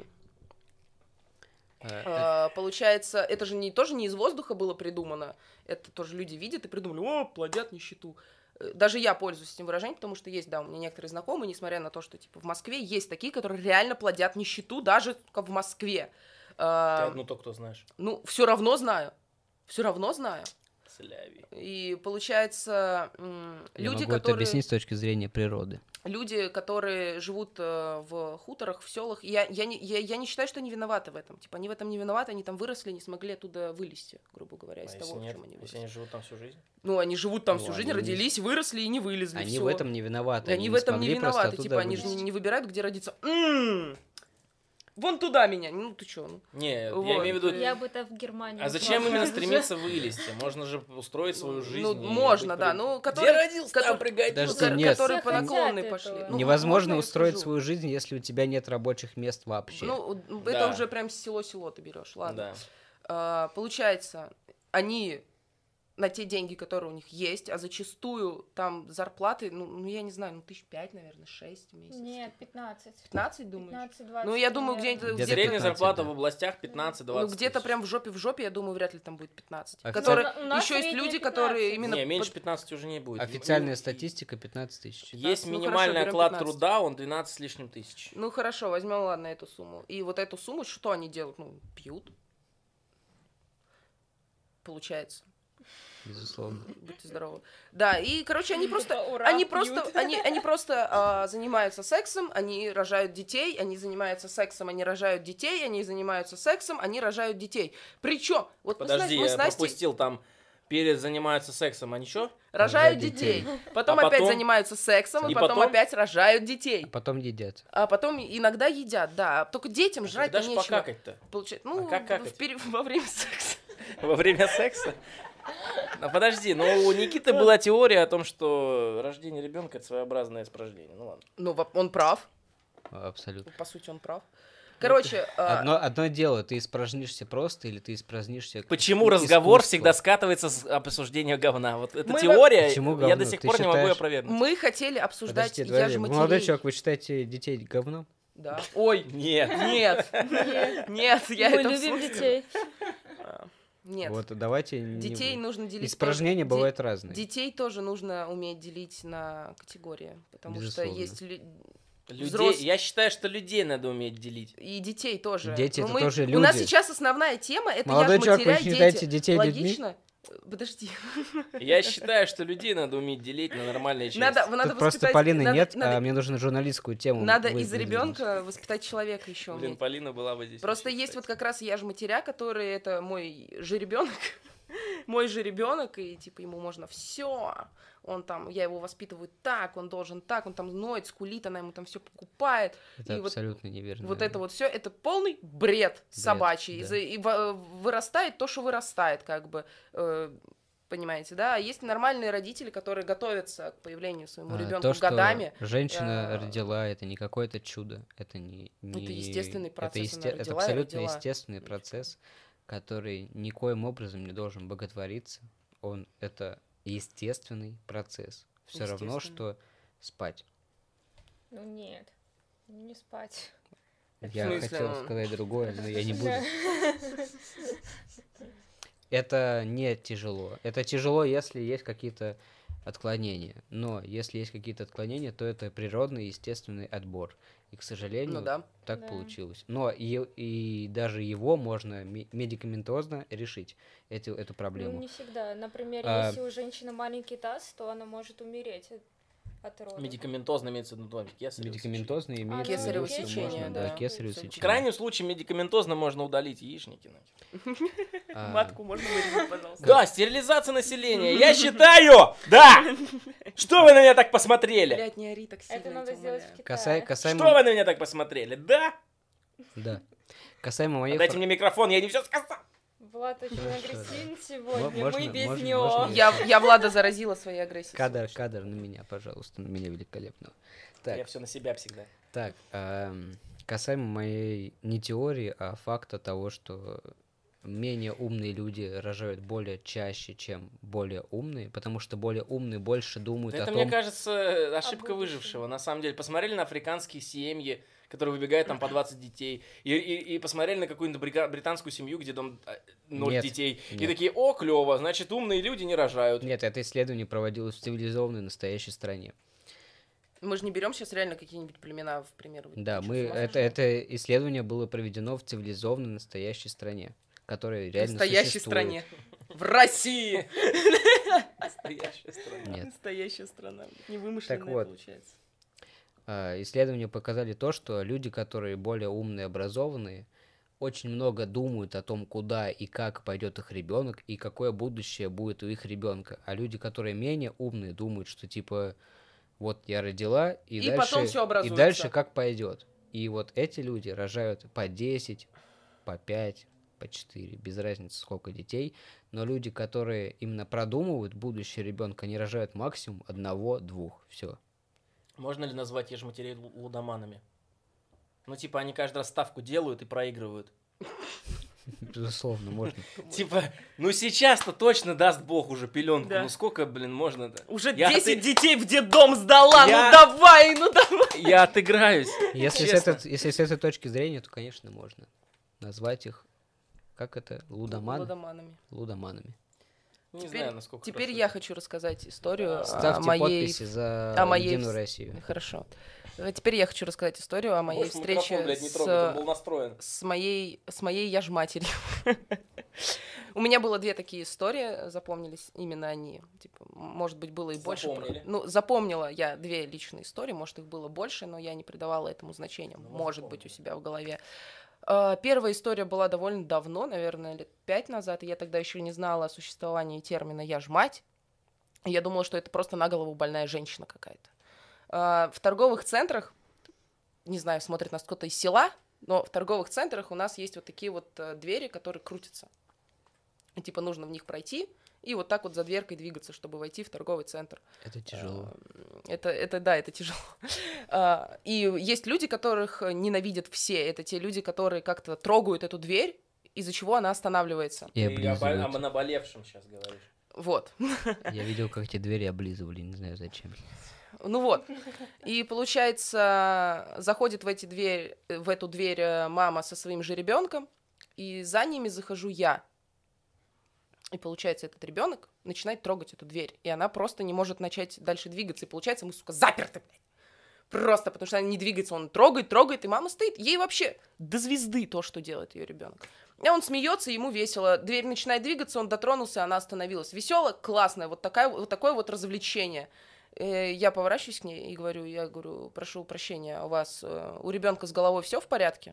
Получается, это же тоже не из воздуха было придумано. Это тоже люди видят и придумали, плодят нищету. Даже я пользуюсь этим выражением, потому что есть, да, у меня некоторые знакомые, несмотря на то, что, типа, в Москве есть такие, которые реально плодят нищету, даже как в Москве. Ты одну только кто знаешь. Ну, все равно знаю. Все равно знаю. Слявий. И получается, Я люди, могу это которые... объяснить с точки зрения природы. Люди, которые живут в хуторах, в селах, я не считаю, что они виноваты в этом. Типа, они в этом не виноваты, они там выросли, не смогли оттуда вылезти, грубо говоря, из А того, если в нет, чем они если выросли. они живут там всю жизнь? Ну, они живут там Ну, всю жизнь, они не- родились, выросли и не вылезли. Они всё. в этом не виноваты. Они в этом не смогли просто виноваты. оттуда Типа, они же вылезти. не выбирают, где родиться. Вон туда меня. Ну, ты чё? Ну. Не, Вот. я имею в виду... Я бы это в Германии. А зачем ушла. именно стремиться вылезти? Можно же устроить свою жизнь. Ну, и можно, быть да. при- Ну, Где которые, родился, там пригодился. Подожди, нет. которые Все по наклонной хотят пошли. этого. Ну, Невозможно можно я устроить скажу? свою жизнь, если у тебя нет рабочих мест вообще. Ну, Да. это уже прям село-село ты берешь, ладно. Да. Получается, они на те деньги, которые у них есть, а зачастую там зарплаты, ну я не знаю, 5 000, наверное, 6 в месяц. Нет, 15. 15, думаешь? 15-20. Ну, я думаю, наверное. где-нибудь... Где-то Средняя 15, зарплата да. в областях 15-20 Ну, где-то тысяч. прям в жопе, я думаю, вряд ли там будет 15. А Которые... у нас Еще есть средняя люди, 15. которые именно... Не, меньше под- 15 уже не будет. Официальная статистика 15 тысяч. Есть Ну, минимальный хорошо, берем оклад 15. труда, он 12 с лишним тысяч. Ну, хорошо, возьмем, ладно, эту сумму. И вот эту сумму, что они делают? Ну, пьют. Получается. Безусловно. Будьте здоровы. Да, и, короче, они просто Ура, занимаются сексом, они рожают детей, они занимаются сексом, они рожают детей, они занимаются сексом, они рожают детей. Причем, вот Подожди, мы я с Настей пропустил там. Перед занимаются сексом, они что? рожают Рожают детей, детей. потом А опять потом? занимаются сексом, И и потом потом? опять рожают детей. А потом едят. А потом иногда едят, да. Только детям жрать-то Даже нечего. покакать-то. Получается, ну, как какать? во время секса. Во время секса? Ну подожди, у Никиты была теория о том, что рождение ребенка это своеобразное испражнение. Ну ладно. Ну, он прав. Абсолютно. По сути, он прав. Короче, Одно дело, ты испражнишься просто или ты испражнишься... Почему разговор искусство? всегда скатывается с обсуждения говна? Вот эта Мы теория, Почему я говно? до сих Ты пор не могу ее считаешь- опровергнуть. мы хотели обсуждать Подожди, «Я подожди. же Молодой матерей». человек, вы считаете детей говном? Да. Ой, Нет. нет, Нет. нет, я Мы это любим вслух детей. сказала. Нет, Вот давайте... не детей будем. нужно делить... Испражнения тоже- бывают разные. Детей тоже нужно уметь делить на категории, потому Безусловно. что есть Людей, я считаю, что людей надо уметь делить. и детей тоже. Дети Но это тоже У нас люди. сейчас основная тема — это Молодой «Я же человек, матеря, вы считаете дети». детей людьми? Логично? Подожди. Я считаю, что людей надо уметь делить на нормальные части. Надо Тут просто воспитать- Полины надо- нет, надо- а мне нужно журналистскую тему. Надо из выдвинуть. ребенка воспитать человека еще Блин, уметь. Полина была бы здесь. Просто вообще, есть вот кстати. как раз «Я же матеря», который это мой же ребенок, мой же ребенок, и типа ему можно все. Он там, я его воспитываю так, он должен так, он там ноет, скулит, она ему там все покупает. Это И вот- абсолютно неверно. Вот это вот все, это полный бред собачий. да. И вырастает то, что вырастает, как бы. Понимаете, да? А есть нормальные родители, которые готовятся к появлению своему ребенку То, что годами. женщина родила, это не какое-то чудо, это не... Это естественный процесс, она это родила и абсолютно родила. естественный процесс, который никоим образом не должен боготвориться. Это естественный процесс. Все равно, Естественный. что спать. Ну нет, не спать. Я смысле? хотел сказать другое, но я не буду. Да. Это не тяжело. Это тяжело, если есть какие-то отклонения. Но если есть какие-то отклонения, то это природный, естественный отбор. И, к сожалению, Ну да. так Да. получилось. Но и даже его можно медикаментозно решить, эту Ну, проблему. не всегда. Например, А- если у женщины маленький таз, то она может умереть от родов. Медикаментозно имеется в виду кесарево Медикаментозно имеется в виду, Кесарево что сечение, можно, да. кесарево В В сечение. крайнем случае медикаментозно можно удалить яичники. А, Матку можно вырезать, пожалуйста? Да, стерилизация населения. Я считаю, да. Что вы на меня так посмотрели? Блядь, не ори так сильно, Это я надо тебя сделать в умоляю. Китае. Касаемо... Что вы на меня так посмотрели? Да? Да. Касаемо моей... Дайте мне микрофон, я не все сказал. Влад очень Хорошо, агрессивен сегодня, Можно- мы без можно- него. можно Я Влада заразила своей агрессией. Кадр на меня, пожалуйста, на меня великолепного. Так, Я все на себя всегда. Так, касаемо моей не теории, а факта того, что менее умные люди рожают более чаще, чем более умные, потому что более умные больше думают Это, о мне том... кажется, ошибка будущем. выжившего. На самом деле, посмотрели на африканские семьи, которые выбегают там по 20 детей, и посмотрели на какую-нибудь британскую семью, где дом 0 Нет, детей, и нет. такие: о, клево, значит, умные люди не рожают. Нет, это исследование проводилось в цивилизованной настоящей стране. Мы же не берем сейчас реально какие-нибудь племена, в пример. Да, Ничего мы сумасшедшего. это исследование было проведено в цивилизованной настоящей стране, которая В реально настоящей существует. стране. В России! Настоящая страна. Нет. Настоящая страна. Невымышленная Так вот. получается. Исследования показали то, что люди, которые более умные, образованные, очень много думают о том, куда и как пойдет их ребенок и какое будущее будет у их ребенка. А люди, которые менее умные, думают, что типа вот я родила, и, И дальше, потом всё и образуется. дальше как пойдет. И вот эти люди рожают по 10, по 5, по 4, без разницы сколько детей. Но люди, которые именно продумывают будущее ребенка, они рожают максимум 1-2. Все. Можно ли назвать ежематерей лудоманами? Ну, типа, они каждый раз ставку делают и проигрывают. Безусловно, можно. Типа, ну сейчас-то точно даст бог уже пеленку. Да. Ну сколько, блин, можно-то? Уже Я 10 детей в детдом сдала, Я- ну давай, ну давай. Я отыграюсь. Если Честно. если с этой точки зрения, то, конечно, можно назвать их, как это, Лудоманами. лудоманами. Не Теперь- знаю, насколько Теперь хорошо. я хочу рассказать историю о Ставьте моей... подписи за о моей Единую вс- Россию. Хорошо. Теперь я хочу рассказать историю о моей Можешь встрече микрофон, блядь, не трогать, он был настроен. с моей я ж матерью. У меня было 2 такие истории, запомнились именно они. Типа, может быть, было и больше. Запомнили. Ну, запомнила я 2 личные истории, может, их было больше, но я не придавала этому значения. Ну, Может быть, запомнили. у себя в голове. Первая история была довольно давно, наверное, лет 5 назад, и я тогда еще не знала о существовании термина «я ж мать». Я думала, что это просто на голову больная женщина какая-то. В торговых центрах, не знаю, смотрит нас кто-то из села, но в торговых центрах у нас есть вот такие вот двери, которые крутятся. И, типа, нужно в них пройти и вот так вот за дверкой двигаться, чтобы войти в торговый центр. Это тяжело. Это тяжело. И есть люди, которых ненавидят все. Это те люди, которые как-то трогают эту дверь, из-за чего она останавливается. И Ты облизывают. о наболевшем сейчас говоришь. Вот. Я видел, как эти двери облизывали, не знаю зачем. Ну вот. И получается, заходит в эту дверь мама со своим же ребенком, и за ними захожу я. И получается, этот ребенок начинает трогать эту дверь, и она просто не может начать дальше двигаться. И получается, мы, сука, заперты, блядь. Просто потому что она не двигается, он трогает, и мама стоит. Ей вообще до звезды то, что делает ее ребенок. И он смеется, ему весело. Дверь начинает двигаться, он дотронулся, она остановилась. Весело, классное, вот такое вот развлечение. Я поворачиваюсь к ней и говорю, прошу прощения, у ребенка с головой все в порядке?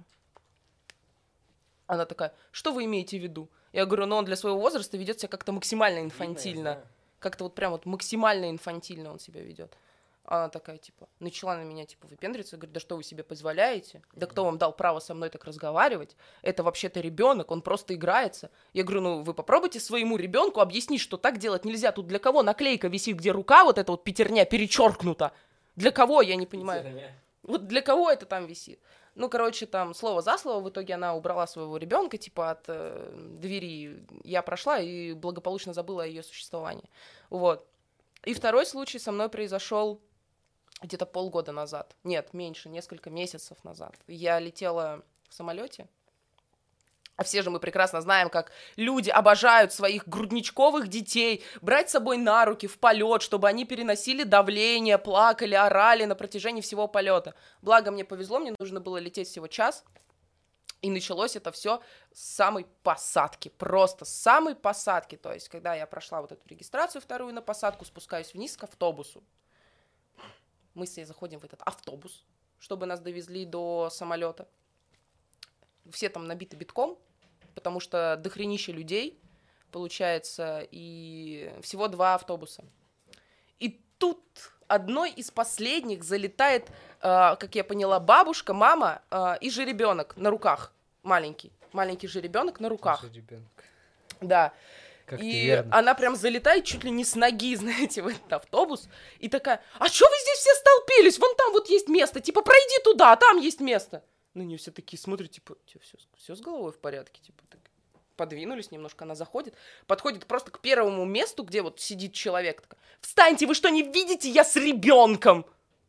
Она такая, что вы имеете в виду? Я говорю, он для своего возраста ведет себя как-то максимально инфантильно. Как-то вот прям вот максимально инфантильно он себя ведет. Она такая, типа, начала на меня, типа, выпендриться, говорит, да что вы себе позволяете? Да кто вам дал право со мной так разговаривать? Это вообще-то ребенок, он просто играется. Я говорю, ну вы попробуйте своему ребенку объяснить, что так делать нельзя. Тут для кого наклейка висит, где рука вот эта вот пятерня перечеркнута? Для кого, я не понимаю. Пятерня. Вот для кого это там висит? Ну, короче, там слово за слово, в итоге она убрала своего ребенка, типа, от двери. Я прошла и благополучно забыла о ее существовании. Вот. И второй случай со мной произошел где-то полгода назад. Нет, меньше, несколько месяцев назад. Я летела в самолете. А все же мы прекрасно знаем, как люди обожают своих грудничковых детей брать с собой на руки в полет, чтобы они переносили давление, плакали, орали на протяжении всего полета. Благо мне повезло, мне нужно было лететь всего час. И началось это все с самой посадки, просто с самой посадки. То есть, когда я прошла вот эту регистрацию вторую на посадку, спускаюсь вниз к автобусу. Мы все заходим в этот автобус, чтобы нас довезли до самолета. Все там набиты битком, потому что дохренища людей, получается, и всего 2 автобуса. И тут одной из последних залетает, как я поняла, бабушка, мама и жеребенок на руках. Маленький жеребенок на руках. Да. Как ты И верно. она прям залетает чуть ли не с ноги, знаете, в этот автобус. И такая, а чё вы здесь все столпились? Вон там вот есть место. Типа, пройди туда, там есть место. На нее все такие смотрят, типа, все с головой в порядке? Типа, так подвинулись немножко, она заходит, подходит просто к первому месту, где вот сидит человек. Такая, встаньте, вы что, не видите? Я с ребенком.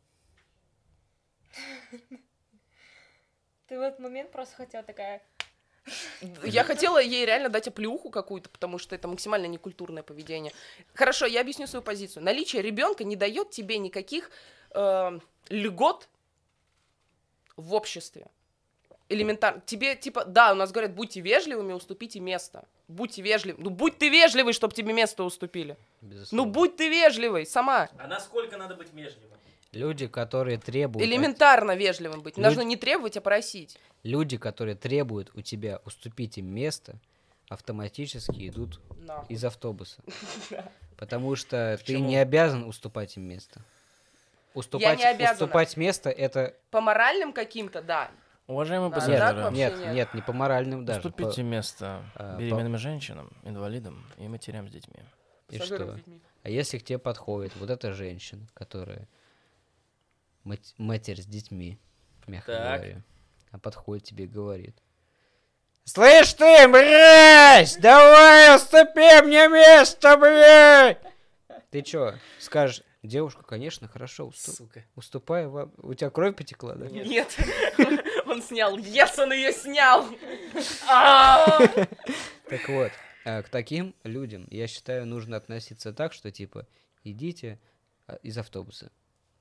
Ты в этот момент просто хотела такая... Я хотела ей реально дать оплеуху какую-то, потому что это максимально некультурное поведение. Хорошо, я объясню свою позицию. Наличие ребенка не дает тебе никаких льгот в обществе. Элементарно. Тебе, типа, да, у нас говорят, будьте вежливыми, уступите место. Будьте вежливы. Ну, будь ты вежливый, чтобы тебе место уступили. Безусловно. Ну, будь ты вежливый, сама. А насколько надо быть вежливым? Люди, которые требуют... Элементарно вежливым быть. Нужно не требовать, а просить. Люди, которые требуют у тебя уступить им место, автоматически идут Нахуй. из автобуса. Потому что ты Почему? не обязан уступать им место. Я не обязана. Уступать место это... По моральным каким-то, да. Уважаемые Да, Нет, так пассажиры, вообще нет, нет. нет, не по моральным даже. уступите место по- беременным женщинам, инвалидам и матерям с детьми. И Пассажирам что? с детьми. А если к тебе подходит вот эта женщина, которая матерь с детьми, мягко Так. говоря, а подходит тебе и говорит: «Слышь ты, мразь, давай уступи мне место, блядь!» Ты чё, скажешь: «Девушка, конечно, хорошо, Сука. уступай вам». У тебя кровь потекла, да? Нет, он снял. Yes, он ее снял. А! Так вот, к таким людям, я считаю, нужно относиться так, что типа идите из автобуса.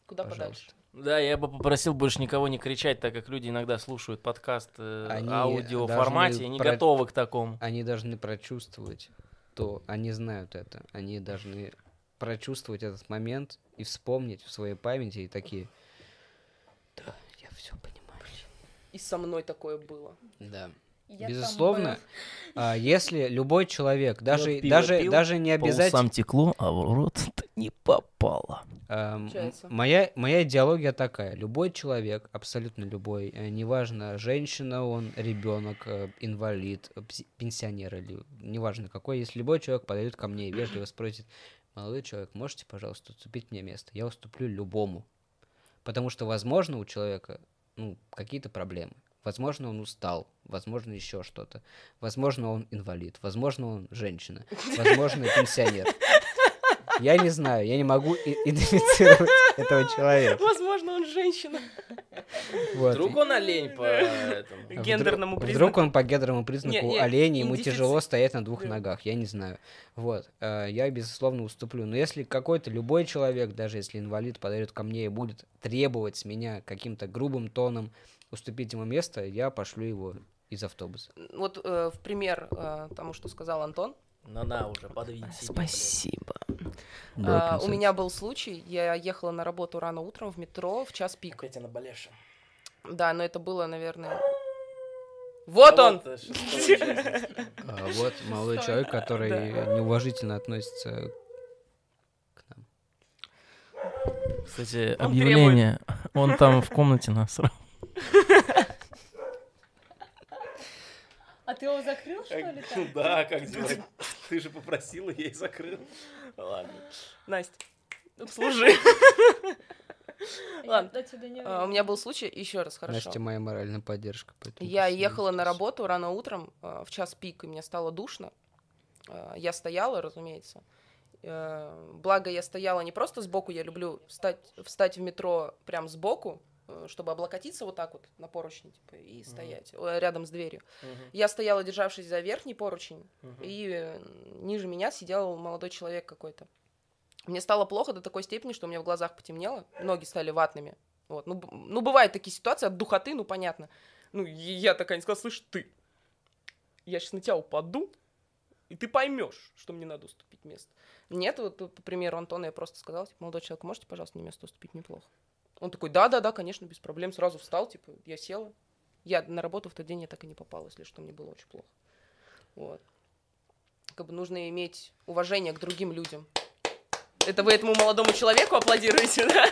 Куда пожалуйста. подальше. Да, я бы попросил больше никого не кричать, так как люди иногда слушают подкаст Они аудио должны формате и не готовы к такому. Они должны прочувствовать то, они знают это, они должны прочувствовать этот момент и вспомнить в своей памяти и такие, да, я все понимаю. И со мной такое было. Да. Я Безусловно, если любой человек, даже не По обязательно... усам текло, а в рот не попало. Получается. Моя идеология такая. Любой человек, абсолютно любой, неважно, женщина он, ребенок, инвалид, пенсионер или неважно какой, если любой человек подойдет ко мне и вежливо спросит, молодой человек, можете, пожалуйста, уступить мне место? Я уступлю любому. Потому что, возможно, у человека какие-то проблемы. Возможно, он устал, возможно, еще что-то. Возможно, он инвалид, возможно, он женщина, возможно, пенсионер. Я не знаю, я не могу идентифицировать этого человека. Возможно, он женщина. Вот. Вдруг он олень по этому. Гендерному признаку. Вдруг он по гендерному признаку Не, олень, ему идентифици- тяжело стоять на двух Да. ногах, я не знаю. Вот, я, безусловно, уступлю. Но если какой-то любой человек, даже если инвалид, подойдет ко мне и будет требовать с меня каким-то грубым тоном уступить ему место, я пошлю его из автобуса. Вот в пример тому, что сказал Антон. На, уже подвинь себе, Спасибо. Да, У меня был случай, я ехала на работу рано утром в метро в час блядь. пик. Опять она болевшая. Да, но это было, наверное... Вот он! Вот молодой человек, который неуважительно относится к нам. Кстати, Он объявление. Он там в комнате насрал. А ты его закрыл, что ли, там? Да, как делать? Ты же попросила, я и закрыл. Ладно. Настя, обслужи. Я Ладно. отсюда не У меня был случай, еще раз, хорошо. Настя моя моральная поддержка. поэтому Я спасибо ехала за на всё. работу рано утром в час пик, и мне стало душно. Я стояла, разумеется. Благо, я стояла не просто сбоку, я люблю встать в метро прям сбоку, чтобы облокотиться вот так вот на поручни типа, и стоять рядом с дверью. Я стояла, державшись за верхний поручень, и ниже меня сидел молодой человек какой-то. Мне стало плохо до такой степени, что у меня в глазах потемнело, ноги стали ватными. Вот. Ну, бывают такие ситуации от духоты, ну, понятно. Ну, и я такая не сказала, слышь, ты, я сейчас на тебя упаду, и ты поймешь, что мне надо уступить место. Нет, вот, по примеру Антона я просто сказала, типа, молодой человек, можете, пожалуйста, мне место уступить, мне плохо. Он такой, да, конечно, без проблем, сразу встал, типа, я села. Я на работу в тот день я так и не попала, если что, мне было очень плохо. Вот. Как бы нужно иметь уважение к другим людям. Это вы этому молодому человеку аплодируете, да?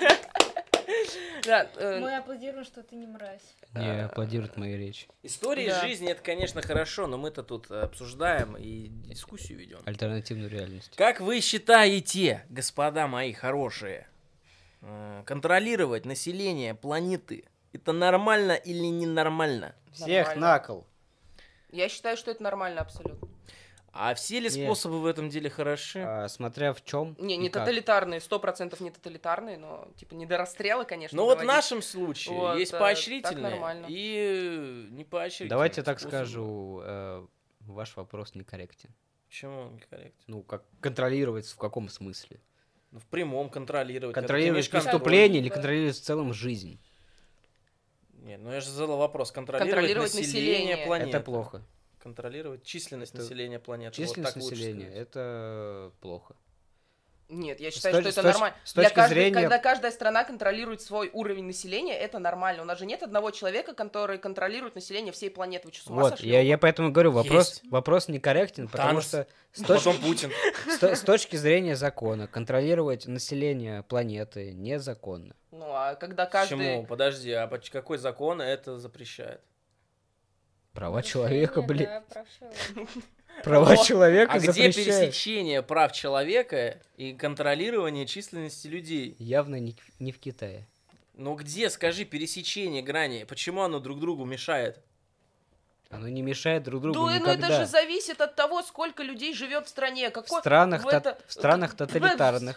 Да, Мы аплодируем, что ты не мразь. Не аплодируют мои речи. Истории Да. жизни это, конечно, хорошо, но мы-то тут обсуждаем и дискуссию ведем. Альтернативную реальность. Как вы считаете, господа мои хорошие, контролировать население планеты это нормально или ненормально? Всех Нормально. на кол. Я считаю, что это нормально абсолютно. А все ли Нет. способы в этом деле хороши? Смотря в чем. Не тоталитарные, 100% не тоталитарные, но типа не до расстрела, конечно. Ну вот в доводить. нашем случае Вот, есть так поощрительные нормально. и не поощрительные. Давайте я так способы. скажу, ваш вопрос некорректен. Почему он некорректен? Ну, как контролировать в каком смысле? Ну, в прямом контролировать. когда ты Контролировать имеешь контроль. преступление или Да. контролировать в целом жизнь? Нет, ну я же задал вопрос. Контролировать, Контролировать население население. планеты. Это плохо. Контролировать численность Это- населения планеты. Численность вот так лучше населения сказать. это плохо. Нет, я С считаю, точ- что с это точ- нормально. с точки зрения- Когда каждая страна контролирует свой уровень населения, это нормально. У нас же нет одного человека, который контролирует население всей планеты. Вы что, с ума Вот, сошли? я поэтому говорю, Есть. вопрос некорректен, потому Танос. что Потом Путин. с точки зрения закона контролировать население планеты незаконно. Ну, а когда каждый... Почему? Подожди, а какой закон это запрещает? Права человека, блин. Да, прав человека. Права человека А где запрещают. пересечение прав человека и контролирование численности людей? Явно не в Китае. Ну где, скажи, пересечение грани? Почему оно друг другу мешает? Оно не мешает друг другу Ну, ну, никогда. это же зависит от того, сколько людей живет в стране. В странах, в это- в странах тоталитарных,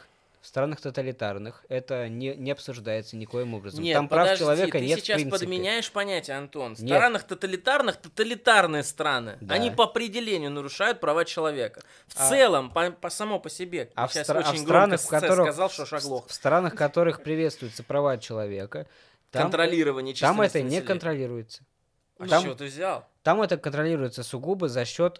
В странах тоталитарных это не обсуждается никоим образом. Нет, Там прав подожди, человека ты нет в сейчас принципе. подменяешь понятие, Антон. В Нет. странах тоталитарных тоталитарные страны. Да. Они по определению нарушают права человека. В А- целом, само по себе. А Я в сейчас стра- а очень в громко странах, в которых, сказал, что шаглох. в странах, в которых приветствуются права человека, там, Контролирование там численности это не населения. контролируется. А там- что ты взял? Там это контролируется сугубо за счет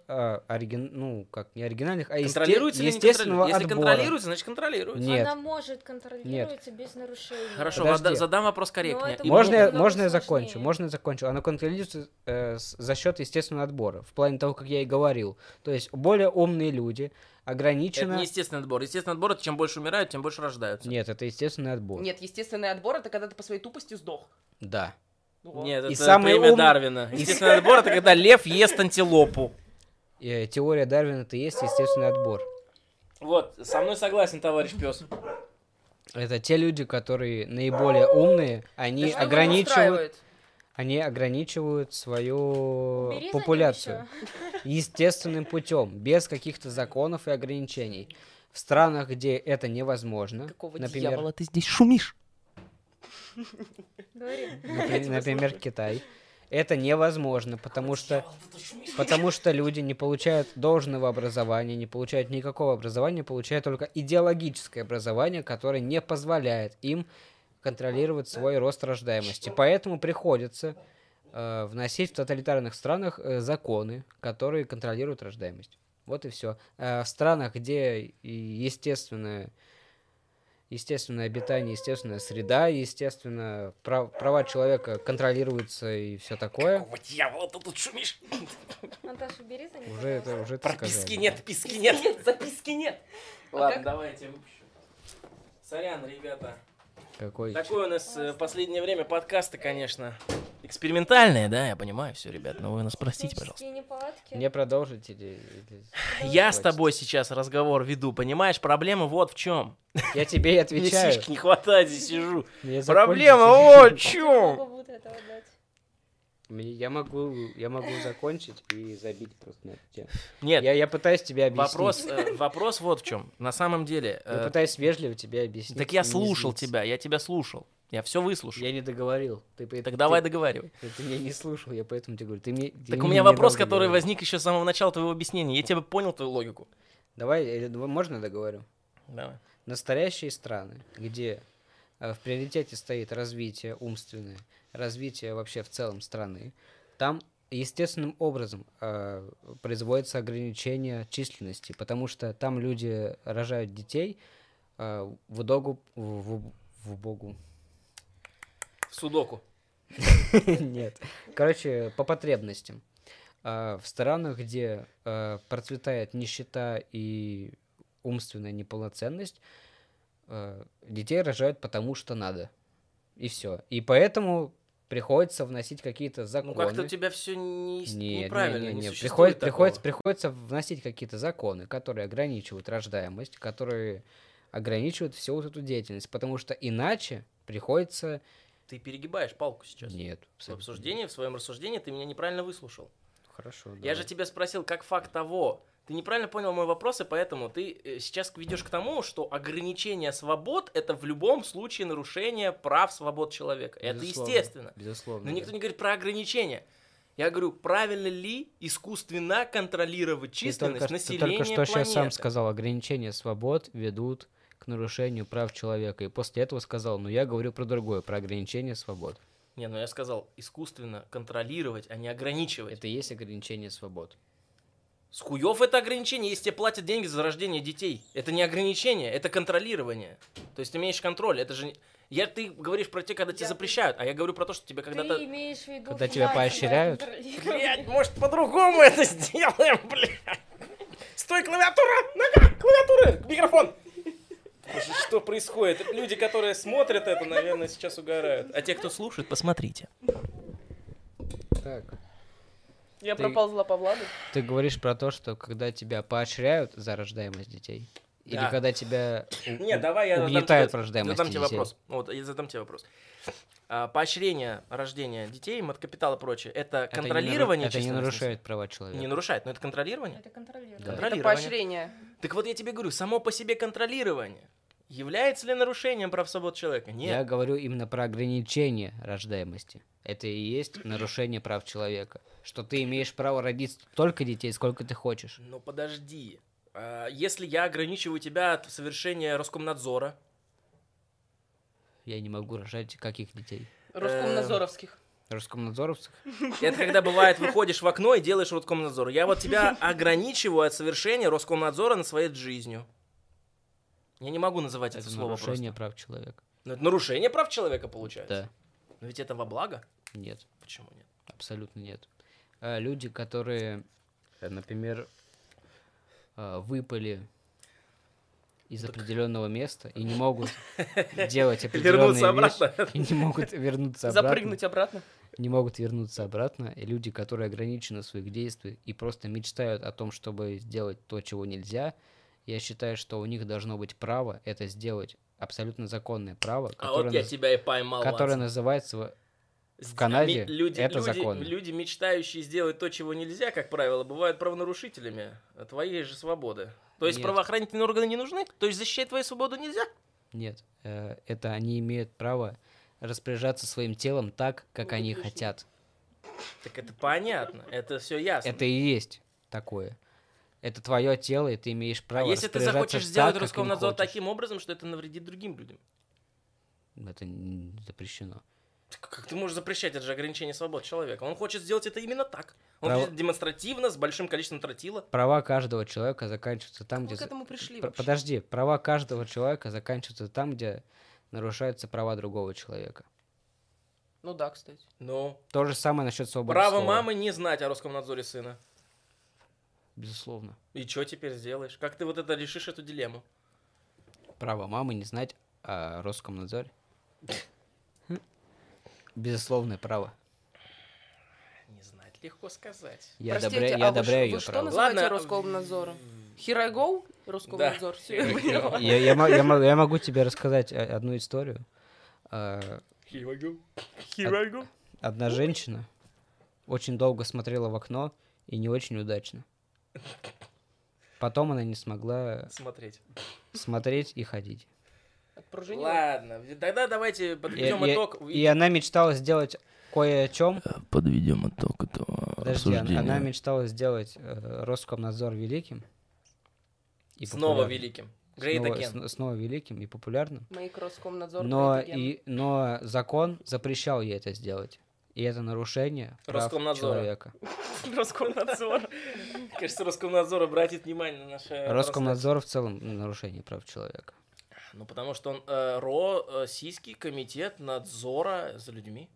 не оригинальных, а Контролируется или не естественного контролируется? Если отбора. контролируется, значит контролируется. Нет. Она может контролироваться без нарушений. Хорошо, Подожди. задам вопрос корректнее. это И Можно я намного сложнее. закончу? Оно контролируется за счет естественного отбора, в плане того, как я и говорил. То есть более умные люди Это ограниченно... не естественный отбор. Естественный отбор — это чем больше умирают, тем больше рождаются. Нет, это естественный отбор. Нет, естественный отбор — это когда ты по своей тупости сдох. Да. Ну вот. Нет, И это самый премия умный- Дарвина. Естественный отбор — это когда лев ест антилопу. И теория Дарвина — это и есть естественный отбор. Вот, со мной согласен, товарищ пес. Это те люди, которые наиболее умные, Да что его устраивает? они ограничивают свою Бери за ним популяцию ещё. естественным путем, без каких-то законов и ограничений. В странах, где это невозможно, Какого например, дьявола ты здесь шумишь? Говори. например, Китай, это невозможно, потому что люди не получают должного образования, не получают никакого образования, получают только идеологическое образование, которое не позволяет им контролировать свой рост рождаемости. Поэтому приходится вносить в тоталитарных странах законы, которые контролируют рождаемость. Вот и все. В странах, где естественное обитание, естественная среда, естественно, права человека контролируются и все такое. Какого дьявола ты тут шумишь? Наташа, бери за ним. Уже ты сказал. Прописки нет, писки нет. Записки нет. Ладно, давай я тебя выпущу. Сорян, ребята. Какой? Такое у нас в последнее время подкасты, конечно, экспериментальные, да, я понимаю все, ребят, но вы нас простите, пожалуйста. Технические неполадки. Мне продолжить или... Я с Хватит. тобой сейчас разговор веду, понимаешь? Проблема вот в чем. Я тебе и Мне отвечаю. сишки не хватает, здесь сижу. Мне Проблема закончить. вот в Я чем. могу вот этого дать. Я могу закончить и забить просто на эту тему. Нет, Я пытаюсь тебе объяснить. вопрос вот в чем. На самом деле, Я пытаюсь вежливо тебе объяснить. так я и не слушал злиться. тебя, я тебя слушал. Я все выслушал. Я не договорил. Так давай договаривай. Ты меня не слушал, я поэтому тебе говорю. Так у меня вопрос, который возник еще с самого начала твоего объяснения. Я тебя понял, твою логику. Давай, можно договорю? Давай. Настоящие страны, где в приоритете стоит развитие умственное, развитие вообще в целом страны, там естественным образом производится ограничение численности, потому что там люди рожают детей в богу. Судоку. Нет. Короче, по потребностям. В странах, где процветает нищета и умственная неполноценность, детей рожают потому, что надо. И все. И поэтому приходится вносить какие-то законы. Ну как-то у тебя все неправильно, не Нет. существует такого. Приходится вносить какие-то законы, которые ограничивают рождаемость, которые ограничивают всю вот эту деятельность, потому что иначе приходится... Ты перегибаешь палку сейчас. Нет. В обсуждении, в своем рассуждении ты меня неправильно выслушал. Хорошо. Я же тебя спросил, как факт того. Ты неправильно понял мой вопрос, и поэтому ты сейчас ведешь к тому, что ограничение свобод — это в любом случае нарушение прав свобод человека. Это естественно. Безусловно. Но никто не говорит про ограничения. Я говорю, правильно ли искусственно контролировать численность населения Ты только что планеты? сейчас сам сказал, ограничения свобод ведут к нарушению прав человека. И после этого сказал, я говорю про другое, про ограничение свобод. Не, я сказал, искусственно контролировать, а не ограничивать. Это и есть ограничение свобод. С хуёв это ограничение, если тебе платят деньги за рождение детей. Это не ограничение, это контролирование. То есть ты имеешь контроль, это же... Ты говоришь про те, когда тебе запрещают, а я говорю про то, что тебе когда-то... Ты имеешь в виду... Когда тебя поощряют? Блядь, может по-другому это сделаем, блядь. Стой, клавиатура! Нога! Клавиатура! Микрофон! Что происходит? Люди, которые смотрят это, наверное, сейчас угорают. А те, кто слушает, посмотрите. Так. Я проползла по Владу. Ты говоришь про то, что когда тебя поощряют за рождаемость детей, или Да. когда тебя Нет, давай я угнетают в рождаемости задам тебе детей? вопрос. Вот, я задам тебе вопрос. Поощрение рождения детей, маткапитал и прочее, это контролирование Это не численности? нарушает права человека. Не нарушает, но это контролирование. Это контролирование. Да. Это Контролирование. поощрение. Так вот я тебе говорю, само по себе контролирование. Является ли нарушением прав свобод человека? Нет. Я говорю именно про ограничение рождаемости. Это и есть нарушение прав человека. Что ты имеешь право родить столько детей, сколько ты хочешь. Ну подожди. Если я ограничиваю тебя от совершения Роскомнадзора, Я не могу рожать каких детей? Роскомнадзоровских. Роскомнадзоровцев? это когда бывает выходишь в окно и делаешь Роскомнадзор. Я вот тебя ограничиваю от совершения Роскомнадзора над своей жизнью. Я не могу называть это Это слово нарушение просто. прав человека. Но это нарушение прав человека получается. Да. Но ведь это во благо. Нет. Почему нет? Абсолютно нет. Люди, которые, например, выпали из определенного места и не могут делать Вернуться определенные вещи, обратно. и не могут вернуться обратно. Запрыгнуть обратно. Не могут вернуться обратно. И люди, которые ограничены в своих действиях и просто мечтают о том, чтобы сделать то, чего нельзя, я считаю, что у них должно быть право это сделать. Абсолютно законное право, А вот я тебя и поймал. которое Ватсон. называется в Канаде это законно. Люди, мечтающие сделать то, чего нельзя, как правило, бывают правонарушителями твоей же свободы. То есть Нет. правоохранительные органы не нужны? То есть защищать твою свободу нельзя? Нет, это они имеют право распоряжаться своим телом так, как они хотят. Так это понятно, это все ясно. Это и есть такое. Это твое тело, и ты имеешь А право если ты распоряжаться захочешь так, сделать как им Роскомнадзор хочешь. таким образом, что это навредит другим людям? Это запрещено. Так как ты можешь запрещать? Это же ограничение свобод человека. Он хочет сделать это именно так. Он Право- хочет демонстративно, с большим количеством тротила. Права каждого человека заканчиваются там, Как где... вы к этому пришли П- вообще? Подожди, права каждого человека заканчиваются там, где нарушаются права другого человека. Ну да, кстати. Ну, То же самое насчет свободы право слова. мамы не знать о Роскомнадзоре сына. Безусловно. И что теперь сделаешь? Как ты вот это решишь эту дилемму? Право мамы не знать о Роскомнадзоре. Безусловное право. Не знать, легко сказать. Я Простите, одобряю, а я вы одобряю вы ее что право. называете Ладно, Роскомнадзором? Here I go? Роскомнадзор. Да. Все, я поняла. Я могу тебе рассказать одну историю. Here I go. Here I go. Одна женщина очень долго смотрела в окно и не очень удачно. Потом она не смогла Смотреть. смотреть и ходить. Отпружинила? Ладно, тогда давайте подведем итог. И она мечтала сделать кое о чем. Подведем итог этого Подожди, она мечтала сделать Роскомнадзор великим. И Снова популярным. великим. Great Снова, again. снова великим и популярным. Make Роскомнадзор Но, great again. но закон запрещал ей это сделать. И это нарушение прав Роскомнадзора. человека. Роскомнадзор. Кажется, Роскомнадзор обратит внимание на наше... Роскомнадзор в целом нарушение прав человека. Ну, потому что он Российский комитет надзора за людьми.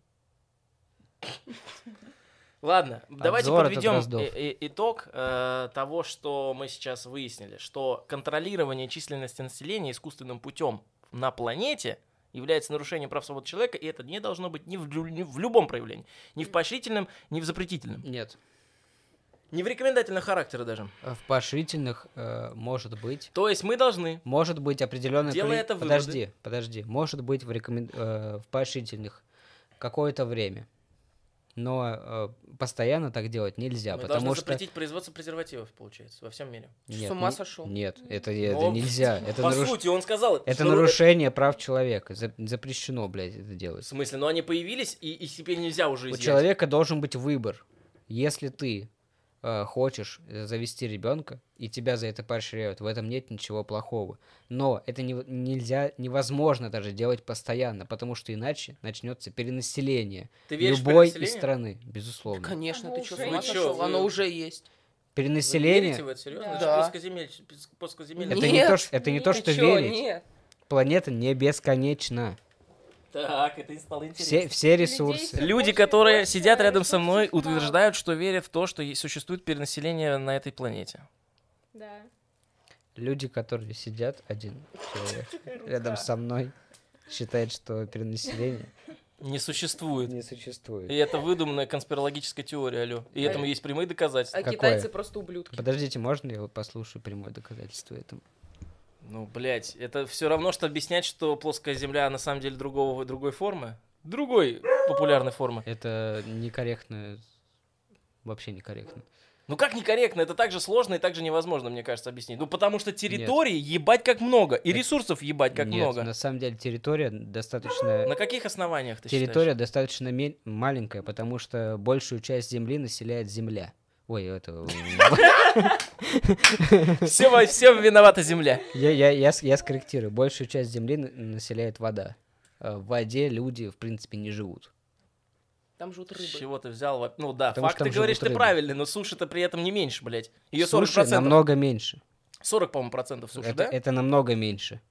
Ладно, давайте Обзор это подведем Дроздов. итог того, что мы сейчас выяснили, что контролирование численности населения искусственным путем на планете является нарушением прав свободы человека, и это не должно быть ни в любом проявлении, ни в поощрительном, ни в запретительном, Нет. ни в рекомендательном характере даже. В поощрительных может быть. То есть мы должны, Может быть определенное Делая это выводы. Подожди. Может быть в поощрительных какое-то время. Но постоянно так делать нельзя, мы потому должны что... запретить производство презервативов, получается, во всем мире. Нет, С ума сошел? Нет, это Но нельзя. Это, По сути, он сказал... это что- нарушение прав человека. Запрещено, блядь, это В делать. смысле? Но они появились, и теперь нельзя уже У изъять. человека должен быть выбор. Если ты хочешь завести ребенка, и тебя за это поощряют, в этом нет ничего плохого. Но это невозможно даже делать постоянно, потому что иначе начнется перенаселение Ты веришь в любой из перенаселение? страны, безусловно. Конечно, ты что, с Вы ума чё, сошел? вы- Оно уже есть. Вы Перенаселение верите в это, серьезно? Да. Это же плоскоземелье. это Нет, не то, Ты что чё, верить. нет. Планета не бесконечна. Так, это стало интересно. Все ресурсы. Людей Люди, больше, которые больше, сидят рядом со ресурсов мной, мало. утверждают, что верят в то, что существует перенаселение на этой планете. Да. Люди, которые сидят, один человек рядом со мной, считает, что перенаселение Не существует. не существует. И это выдуманная конспирологическая теория, алло. И этому есть прямые доказательства. А Какое? китайцы просто ублюдки. Подождите, можно я послушаю прямое доказательство этому? Ну, блядь, это все равно, что объяснять, что плоская Земля на самом деле другой формы. Другой популярной формы. Это некорректно, вообще некорректно. Ну как некорректно? Это так же сложно и так же невозможно, мне кажется, объяснить. Ну потому что территории ебать как много, и ресурсов ебать как Нет, много. на самом деле территория достаточно... На каких основаниях ты Территория достаточно маленькая, потому что большую часть земли населяет земля. Ой, это... считаешь? Все виновата земля. Я скорректирую. Большую часть земли населяет вода. В воде люди, в принципе, не живут. Там живут С рыбы. чего ты взял? Ну да, Потому факт что ты там говоришь, живут ты рыбы. правильный, но суши-то при этом не меньше, блядь. Ее 40%. Суши намного меньше. 40, по-моему, процентов суши, да? Это намного меньше.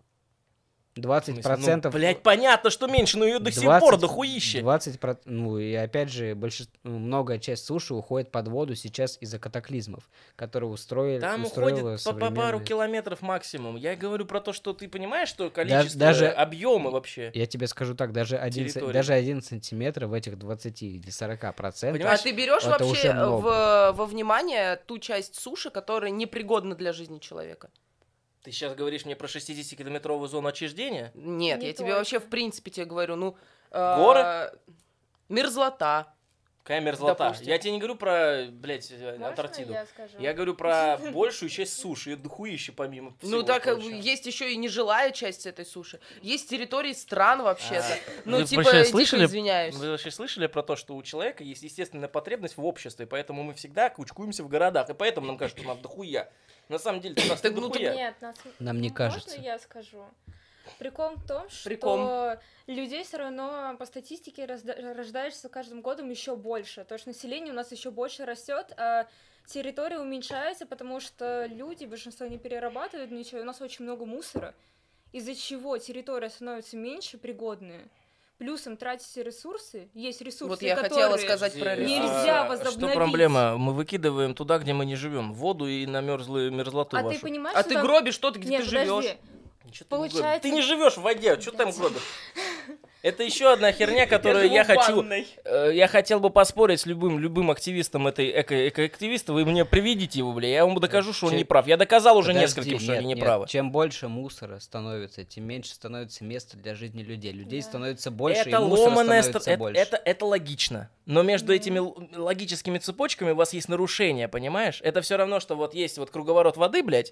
В 20%... смысле? Ну, блядь, понятно, что меньше, но ее до сих пор дохуище. 20%, ну и опять же, многая часть суши уходит под воду сейчас из-за катаклизмов, которые Там уходит по пару километров максимум. Я говорю про то, что ты понимаешь, что количество, объемы вообще. Я тебе скажу так, даже 1 сантиметр в этих 20 или 40%. Понимаешь? А ты берешь это вообще уже много. во внимание ту часть суши, которая непригодна для жизни человека? Ты сейчас говоришь мне про 60-километровую зону отчуждения? Нет, Не я тебе точно. вообще в принципе тебе говорю, ну... Горы? Мерзлота. Какая мерзлота. Допустим. Я тебе не говорю про, блядь, Можно Антарктиду. я скажу? Я говорю про большую часть суши. Это дохуище помимо всего. Ну так прочего. есть еще и нежилая часть этой суши. Есть территории стран вообще-то. Ну Вы типа, вообще дико слышали? извиняюсь. Вы вообще слышали про то, что у человека есть естественная потребность в обществе, поэтому мы всегда кучкуемся в городах, и поэтому нам кажется, что у нас дохуя. На самом деле, у нас не Так, ну, дохуя. Нет, Нам не кажется. Можно я скажу? Прикол в том, что Прикол. людей все равно по статистике рождается с каждым годом еще больше. То есть население у нас еще больше растет, а территория уменьшается, потому что люди, большинство не перерабатывают ничего, и у нас очень много мусора, из-за чего территория становится меньше пригодная. Плюсом тратите ресурсы, есть ресурсы, Вот я которые хотела сказать про ресурсы. нельзя Что возобновить. проблема? Мы выкидываем туда, где мы не живем, воду и на мерзлоту А вашу. ты понимаешь, А что ты там- гробишь что-то, где Нет, ты живешь. подожди. Ничего ты не Получается- гробишь. Ты не живешь в воде, что там гробишь? Это еще одна херня, которую живу я в хочу. ванной. Я хотел бы поспорить с любым активистом этой экоактивиста. Вы мне приведите его, бля. Я вам докажу, что он не прав. Я доказал уже нескольким, что они не правы. Чем больше мусора становится, тем меньше становится места для жизни людей. Людей становится больше, и Это мусора ломаная становится больше. это логично. Но между этими логическими цепочками у вас есть нарушение, понимаешь? Это все равно, что вот есть вот круговорот воды, блядь,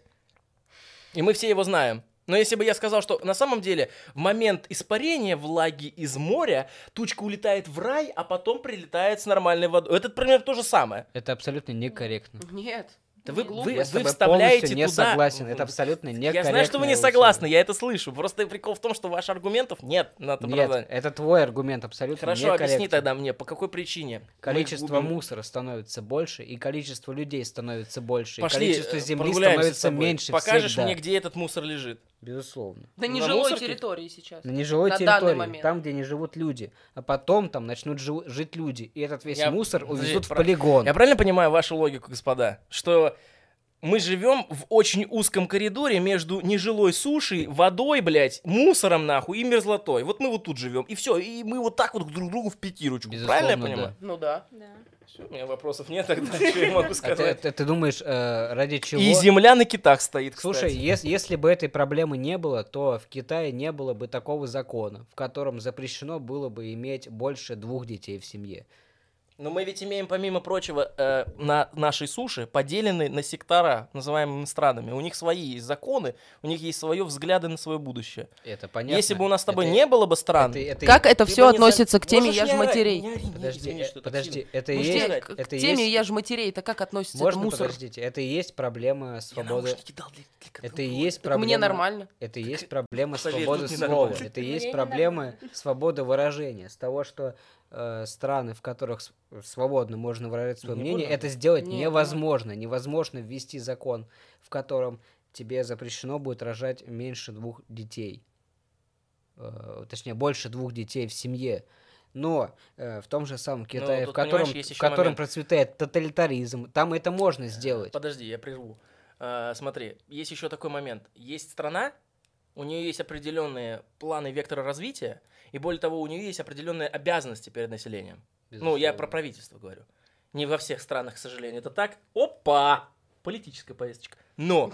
и мы все его знаем. Но если бы я сказал, что на самом деле в момент испарения влаги из моря тучка улетает в рай, а потом прилетает с нормальной водой. Это примерно то же самое. Это абсолютно некорректно. Нет. Да вы Я с тобой вставляете полностью не туда... согласен. Это абсолютно некорректно. Я знаю, что вы не согласны, я это слышу. Просто прикол в том, что ваших аргументов нет на это Нет, оправдание. это твой аргумент абсолютно Хорошо, объясни некорректен. тогда мне, по какой причине? Количество Мы губим- мусора становится больше, и количество людей становится больше, Пошли, и количество земли прогуляемся с становится тобой. меньше Покажешь всегда. мне, где этот мусор лежит? Безусловно. На На нежилой мусорке? территории сейчас. На нежилой На данный территории, момент. там, где не живут люди. А потом там начнут жить люди. И этот весь Я- мусор подожди, увезут в про- полигон. Я правильно понимаю вашу логику, господа? Что мы живем в очень узком коридоре между нежилой сушей, водой, блядь, мусором, нахуй, и мерзлотой. Вот мы вот тут живем, и все, и мы вот так вот друг другу в пятиручку. Безусловно, Правильно я да. понимаю? Ну да. Да. Всё, у меня вопросов нет тогда, что я могу А сказать. ты думаешь, ради чего... И земля на китах стоит, кстати. Слушай, если бы этой проблемы не было, то в Китае не было бы такого закона, в котором запрещено было бы иметь больше 2 детей в семье. Но мы ведь имеем, помимо прочего, на нашей суше поделены на сектора, называемыми странами. У них свои есть законы, у них есть свои взгляды на свое будущее. Это понятно. Если бы у нас с тобой Это- не было бы стран... Как это ты все бы не относится к теме Можешь «Я не ж орать? матерей»? Не ори, не, Подожди, извини, что так подожди, сильно. это Ну, и что есть... орать? К это теме есть- «Я ж матерей», это как относится Можно, это мусор? подождите, это и есть проблема Я свободы... наушники дал для Это и есть Так проблема... мне нормально. Это и есть проблема Поверь, свободы тут не слова. нормально. Это и Мне есть не проблема свободы выражения. С того, что страны, в которых свободно можно выражать свое Не мнение, буду. это сделать Нет, невозможно. Невозможно ввести закон, в котором тебе запрещено будет рожать меньше 2 детей. Точнее, больше 2 детей в семье. Но в том же самом Китае, тут, в котором, понимаешь, есть в еще котором момент. процветает тоталитаризм, там это можно сделать. Подожди, я прерву. Смотри, есть еще такой момент. Есть страна, у нее есть определенные планы вектора развития, и более того, у нее есть определенные обязанности перед населением. Ну, я про правительство говорю. Не во всех странах, к сожалению, это так. Опа! Политическая повесточка. Но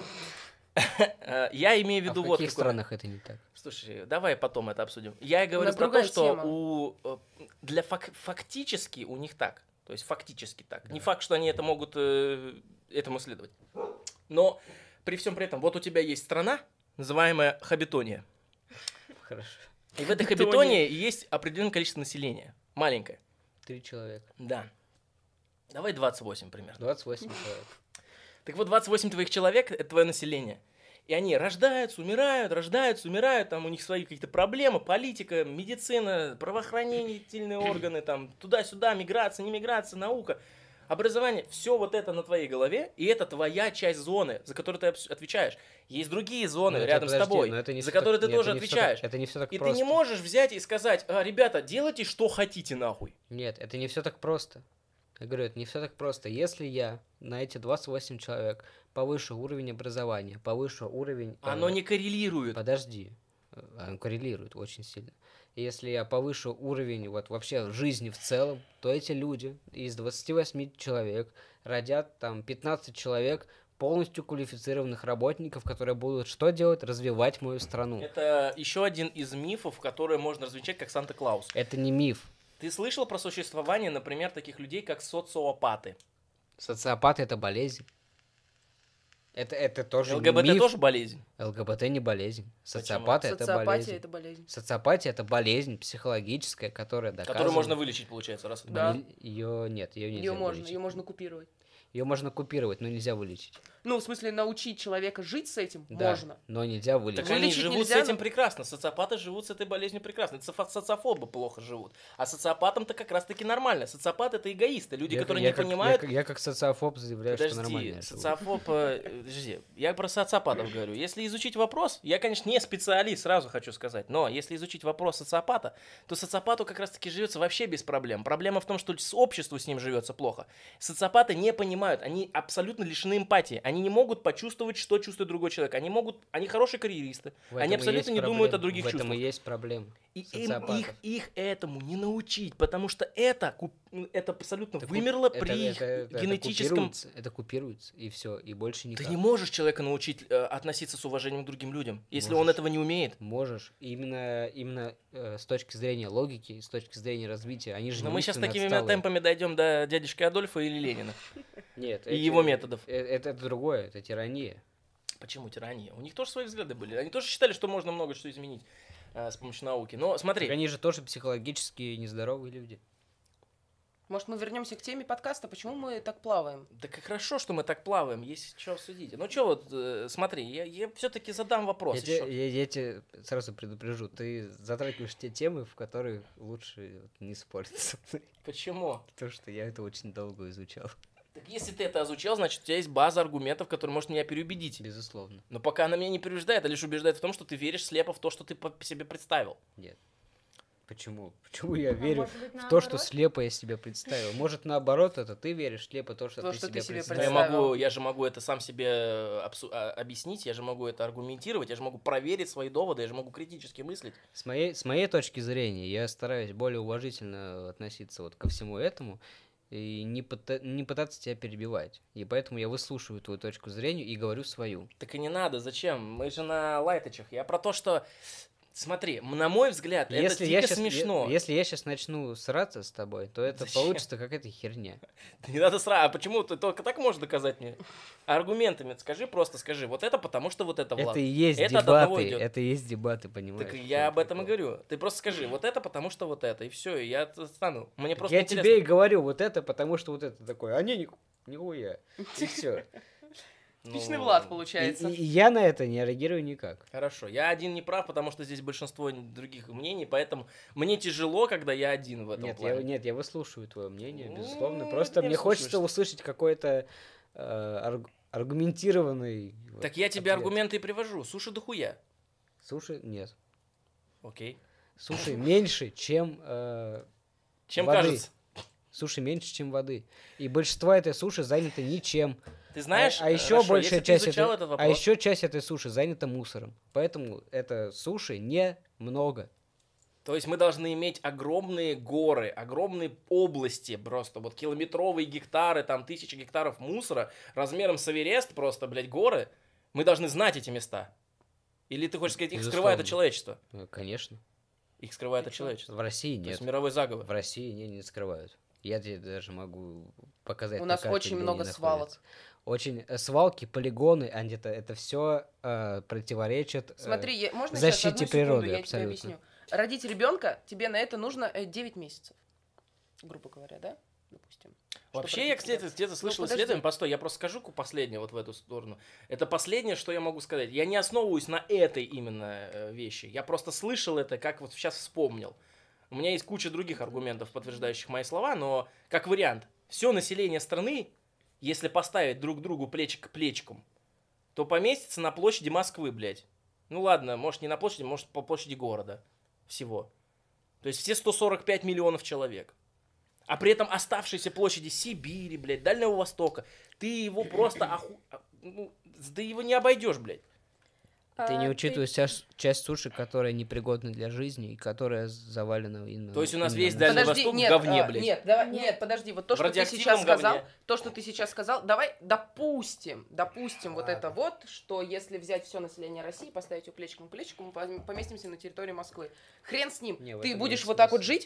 я имею в А виду в вот каких какой- странах это не так? Слушай, давай потом это обсудим. Я говорю нас про то, другая что тема. фактически у них так. То есть фактически так. Да. Не факт, что они это могут этому следовать. Но при всем при этом, вот у тебя есть страна, называемая Хабитония. Хорошо. И в этой Хабитония. Хабитонии есть определенное количество населения. Маленькое. 3 человека. Да. Давай 28 примерно. 28 человек. Так вот, 28 твоих человек — это твое население. И они рождаются, умирают, там у них свои какие-то проблемы, политика, медицина, правоохранительные органы, там туда-сюда, миграция, не миграция, наука, образование. Все вот это на твоей голове, и это твоя часть зоны, за которую ты отвечаешь. Есть другие зоны Ну, это рядом с подожди, тобой, но это не за всё которые так- ты нет, тоже это не всё отвечаешь. так- Это не все так И просто. ты не можешь взять и сказать: ребята, делайте, что хотите, нахуй. Нет, это не все так просто. Я говорю, это не все так просто. Если я на эти 28 человек повышу уровень образования, повышу уровень... Оно не коррелирует. Подожди. Оно коррелирует очень сильно. И если я повышу уровень вот вообще жизни в целом, то эти люди из 28 человек родят там 15 человек полностью квалифицированных работников, которые будут что делать? Развивать мою страну. Это еще один из мифов, которые можно различать как Санта-Клаус. Это не миф. Ты слышал про существование, например, таких людей, как социопаты? Социопаты — это болезнь. Это тоже не ЛГБТ миф. тоже болезнь. ЛГБТ не болезнь. Социопаты — это Социопатия болезнь. это болезнь. Социопатия — это болезнь психологическая, которая доказана. Которую можно вылечить, получается, раз это Да. болезнь. Ее нет, ее нельзя Ее можно, вылечить. ее можно купировать. Ее можно купировать, но нельзя вылечить. Ну, в смысле, научить человека жить с этим Да, можно. но нельзя вылечить. Так они Вылечить живут нельзя, с этим но- прекрасно. Социопаты живут с этой болезнью прекрасно. Это социофобы плохо живут. А социопатам-то как раз-таки нормально. Социопаты — это эгоисты. Люди, которые не понимают... Я как социофоб заявляю, что нормально. Подожди, я живу. социофоб... Подожди, я про социопатов говорю. Если изучить вопрос, я, конечно, не специалист, сразу хочу сказать, но если изучить вопрос социопата, то социопату как раз-таки живется вообще без проблем. Проблема в том, что с обществу с ним живется плохо. Социопаты не понимают, они абсолютно лишены эмпатии. Они не могут почувствовать, что чувствует другой человек. Они хорошие карьеристы. В Они этом и абсолютно есть не думают о проблема. других В этом чувствах. и есть проблема. И им, социопатов. их этому не научить, потому что это абсолютно Это вымерло это- при их это генетическом... Это купируется, и все, и больше никак. Ты не можешь человека научить относиться с уважением к другим людям, если он Можешь. этого не умеет. Можешь. Именно с точки зрения логики, с точки зрения развития, они же Но не мы сейчас умственно такими отсталые. темпами дойдем до дядюшки Адольфа или Ленина. Нет, и его методов. Это другое, это тирания. Почему тирания? У них тоже свои взгляды были. Они тоже считали, что можно много что изменить с помощью науки. Но смотри, Так они же тоже психологически нездоровые люди. Может, мы вернемся к теме подкаста? Почему мы так плаваем? да как хорошо, что мы так плаваем, есть что обсудить. Ну что вот, смотри, я все-таки задам вопрос еще. Я тебе сразу предупрежу, ты затрагиваешь те темы, в которые лучше не спорить со мной. Почему? Потому что я это очень долго изучал. Так если ты это изучал, значит, у тебя есть база аргументов, которая может меня переубедить. Безусловно. Но пока она меня не переубеждает, а лишь убеждает в том, что ты веришь слепо в то, что ты себе представил. Нет. Почему? Почему я верю может быть, в то, что наоборот? слепо я себе представил? Может, наоборот, это ты веришь слепо то, что То, ты что себе ты себе Но представил? представил. я же могу это сам себе объяснить, я же могу это аргументировать, я же могу проверить свои доводы, я же могу критически мыслить. С моей точки зрения, я стараюсь более уважительно относиться вот ко всему этому и не пытаться тебя перебивать. И поэтому я выслушиваю твою точку зрения и говорю свою. Так и не надо, зачем? Мы же на лайточах. Я про то, что... Смотри, на мой взгляд, это дико смешно. Если я сейчас начну сраться с тобой, то это Зачем? получится какая-то херня. Не надо сразу. А почему ты только так можешь доказать мне? Аргументами скажи, просто скажи. Вот это потому что вот это, Влад. Это и есть Это от одного дебаты. идет. Это и есть дебаты, понимаешь? Так в я чём об этом и прикол? говорю. Ты просто скажи, вот это потому что вот это, и все, и я стану. Мне просто Я интересно. тебе и говорю вот это, потому что вот это такое. А не, нихуя. И все. Типичный Ну, Влад, И получается. я на это не реагирую никак. Хорошо, я один не прав, потому что здесь большинство других мнений, поэтому мне тяжело, когда я один в этом плане. Я выслушиваю твое мнение, Ну, безусловно. Просто не мне хочется слушаешь. услышать какой-то аргументированный. Так я тебе ответ. аргументы и привожу. Суши дохуя. Суши нет. Окей. Суши меньше, чем Чем воды. кажется? Суши меньше, чем воды. И большинство этой суши занято ничем. Ты знаешь, а еще хорошо, большая если ты часть изучал этой, этот а вопрос, еще часть этой суши занята мусором. Поэтому это суши немного. то есть мы должны иметь огромные горы, огромные области просто, вот километровые гектары, там тысячи гектаров мусора, размером с Эверест просто, блядь, горы. Мы должны знать эти места. Или ты хочешь сказать, их скрывает от Безусловно. человечества? Конечно. Их скрывает от человечества. В России То нет. есть мировой заговор. В России не скрывают. Я тебе даже могу показать. У на нас карте, очень где много они свалок. находятся. Очень свалки, полигоны, это все противоречит Смотри, можно защите сейчас одну природы, секунду, я тебе абсолютно. объясню. Родить ребенка тебе на это нужно 9 месяцев, грубо говоря, да? Допустим. Вообще, я, кстати, где-то слышал подожди. исследование, постой, я просто скажу последнее вот в эту сторону. Это последнее, что я могу сказать. Я не основываюсь на этой именно вещи. Я просто слышал это, как вот сейчас вспомнил. У меня есть куча других аргументов, подтверждающих мои слова, но как вариант, все население страны, если поставить друг другу плечи к плечикам, то поместится на площади Москвы, блядь. Ну ладно, может не на площади, может по площади города всего. То есть все 145 миллионов человек. А при этом оставшиеся площади Сибири, блядь, Дальнего Востока, ты его просто да его не обойдешь, блядь. Ты не учитываешь часть суши, которая непригодна для жизни и которая завалена именно... То есть у нас именно весь на- Дальний Подожди, Восток в нет, говне, блядь. Нет, подожди, вот то, В что ты радиоактивном сейчас сказал, говне. то, что ты сейчас сказал, давай допустим вот Ладно. это вот, что если взять все население России, поставить его плечиком к плечику, мы поместимся на территории Москвы. Хрен с ним, Не, в ты этом будешь есть вот так вот смысл. жить?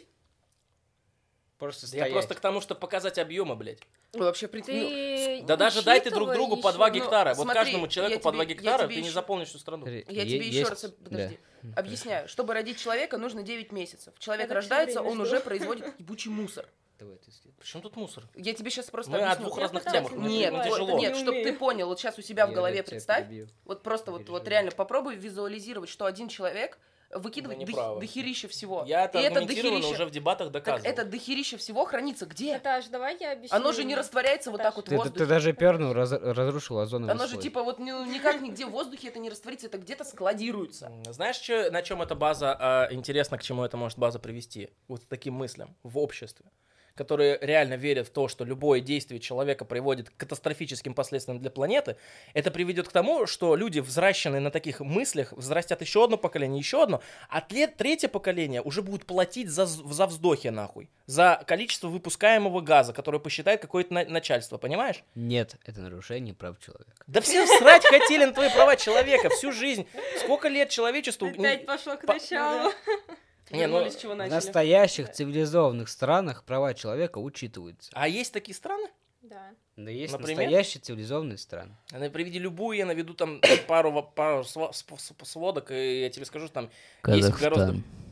Просто Я стоять. просто к тому, что показать объемы, блядь. Ну, вообще, Ты Да даже дайте друг учитывай другу по ещё- 2 Ну, гектара. Вот смотри, каждому человеку я по 2 тебе- я гектара, тебе ты не ещё- заполнишь всю страну. Я тебе еще Есть- раз, подожди, да. объясняю. Чтобы родить человека, нужно 9 месяцев. Человек Я так всё рождается, время он жду. уже производит ебучий мусор. Давай ты следующий. Причем тут мусор? Я тебе сейчас просто Мы о объясню. двух Я разных пыталась, темах. но Нет, мне вот, тяжело. нет, Не чтобы ты умею. понял, вот сейчас у себя в Я голове опять тебя представь, перебью. вот просто Не вот переживай. реально попробуй визуализировать, что один человек выкидывает Вы не правы. дохерища всего. Я это И это аргументированно дохерища- уже в дебатах Так доказывал. это дохерища всего хранится где? Наташ, давай я объясню. Оно же не растворяется вот так вот в Ты воздухе. даже пернул, разрушил озоновый Оно же слой. типа вот никак нигде в воздухе это не растворится, это где-то складируется. Знаешь, на чем эта база, интересно, к чему это может база привести? Вот к таким мыслям в обществе, которые реально верят в то, что любое действие человека приводит к катастрофическим последствиям для планеты, это приведет к тому, что люди, взращенные на таких мыслях, взрастят еще одно поколение, еще одно, а третье поколение уже будет платить за вздохи, нахуй, за количество выпускаемого газа, которое посчитает какое-то начальство, понимаешь? Нет, это нарушение прав человека. Да все срать хотели на твои права человека всю жизнь. Сколько лет человечеству... Опять пошло к по- началу. Не, ну, Вернулись, с чего В начали. настоящих цивилизованных странах права человека учитываются. А есть такие страны? Да. Да есть Например? настоящие цивилизованные страны. Приведи любую, я наведу там пару сводок, и я тебе скажу, там есть гораздо...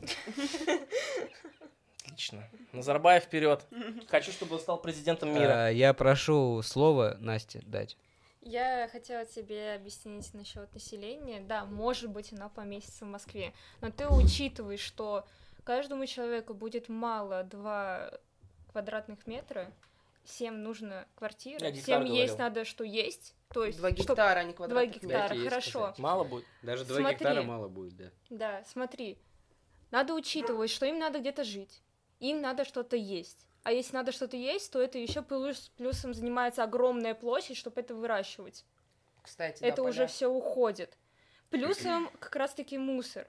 Отлично. Назарбаев вперед. Хочу, чтобы он стал президентом мира. Я прошу слово Насте дать. Я хотела тебе объяснить насчет населения. Да, может быть, оно поместится в Москве. Но ты учитываешь, что каждому человеку будет мало 2 квадратных метра. Всем нужна квартира. Я гектар Всем есть говорил. надо, что есть. То есть 2 чтоб- гектара, а не 2 квадратных гектара, метров. есть, хорошо. кстати. Мало будет. Даже 2 Смотри. гектара мало будет, да. Да, смотри. Надо учитывать, что им надо где-то жить. Им надо что-то есть. А если надо что-то есть, то это еще плюсом занимается огромная площадь, чтобы это выращивать. Кстати, Это да, уже поля. все уходит. Плюсом как раз-таки мусор.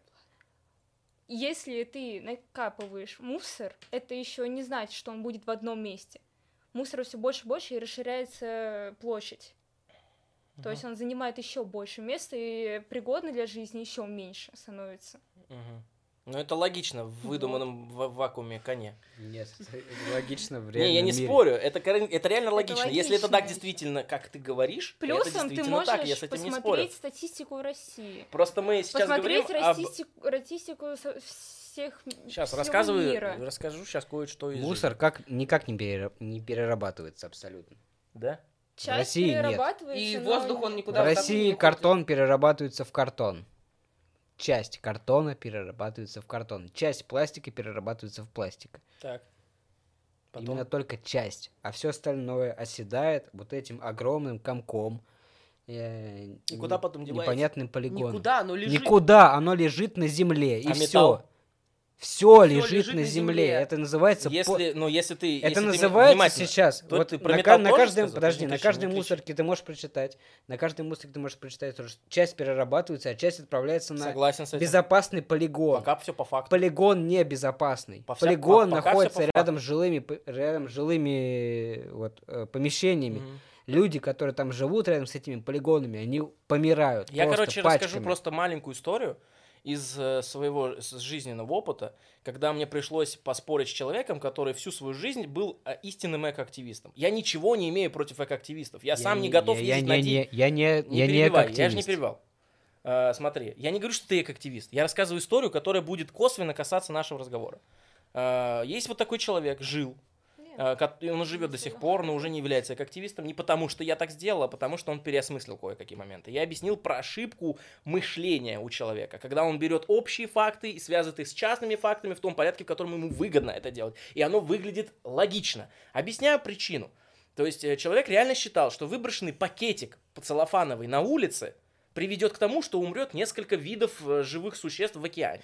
Если ты накапываешь мусор, это еще не значит, что он будет в одном месте. Мусора все больше и больше, и расширяется площадь. То есть он занимает еще больше места, и пригодный для жизни еще меньше становится. Мгм. Ну, это логично в выдуманном вакууме коне. Нет, это логично в Не, я реальном не мире. спорю, это реально логично. Если это так логично. действительно, как ты говоришь, это Плюсом ты действительно так, я можешь с этим не спорю. посмотреть статистику в России. Просто мы сейчас говорим Посмотреть об... статистику всех Сейчас всего рассказываю, мира. расскажу сейчас кое-что из Мусор никак не перерабатывается абсолютно. жизни. Да? Часть России нет. перерабатывается, И но воздух он никуда В вот так России не уходит. картон перерабатывается в картон. Часть картона перерабатывается в картон. Часть пластика перерабатывается в пластик. Так. Потом... Именно только часть. А все остальное оседает вот этим огромным комком. И куда потом девается? Непонятным полигоном. Никуда, оно лежит. Никуда, оно лежит на земле. И А все. металл? Все лежит лежит на на земле. земле. Это называется... Если, ну, если ты... Это если ты называется внимательно, сейчас. то Вот ты про на, металл на тоже каждом, сказал? подожди, Не на кричи, каждой не кричи. мусорке ты можешь прочитать. На каждой мусорке ты можешь прочитать, что часть перерабатывается, а часть отправляется на Согласен с этим. безопасный полигон. Пока все по факту. Полигон небезопасный. Пока Полигон всё находится по рядом с жилыми вот, помещениями. Мгм. Люди, которые там живут рядом с этими полигонами, они помирают. Я, просто короче, пачками. расскажу просто маленькую историю из своего жизненного опыта, когда мне пришлось поспорить с человеком, который всю свою жизнь был истинным экоактивистом. Я ничего не имею против экоактивистов. Я сам не готов ездить на день. Я не перебивай, я же не перебивал. Смотри, я не говорю, что ты экоактивист. Я рассказываю историю, которая будет косвенно касаться нашего разговора. Есть вот такой человек, жил. Он живет до сих пор, но уже не является активистом не потому, что я так сделал, а потому, что он переосмыслил кое-какие моменты. Я объяснил про ошибку мышления у человека, когда он берет общие факты и связывает их с частными фактами в том порядке, в котором ему выгодно это делать. И оно выглядит логично. Объясняю причину. То есть человек реально считал, что выброшенный пакетик целлофановый на улице приведет к тому, что умрет несколько видов живых существ в океане.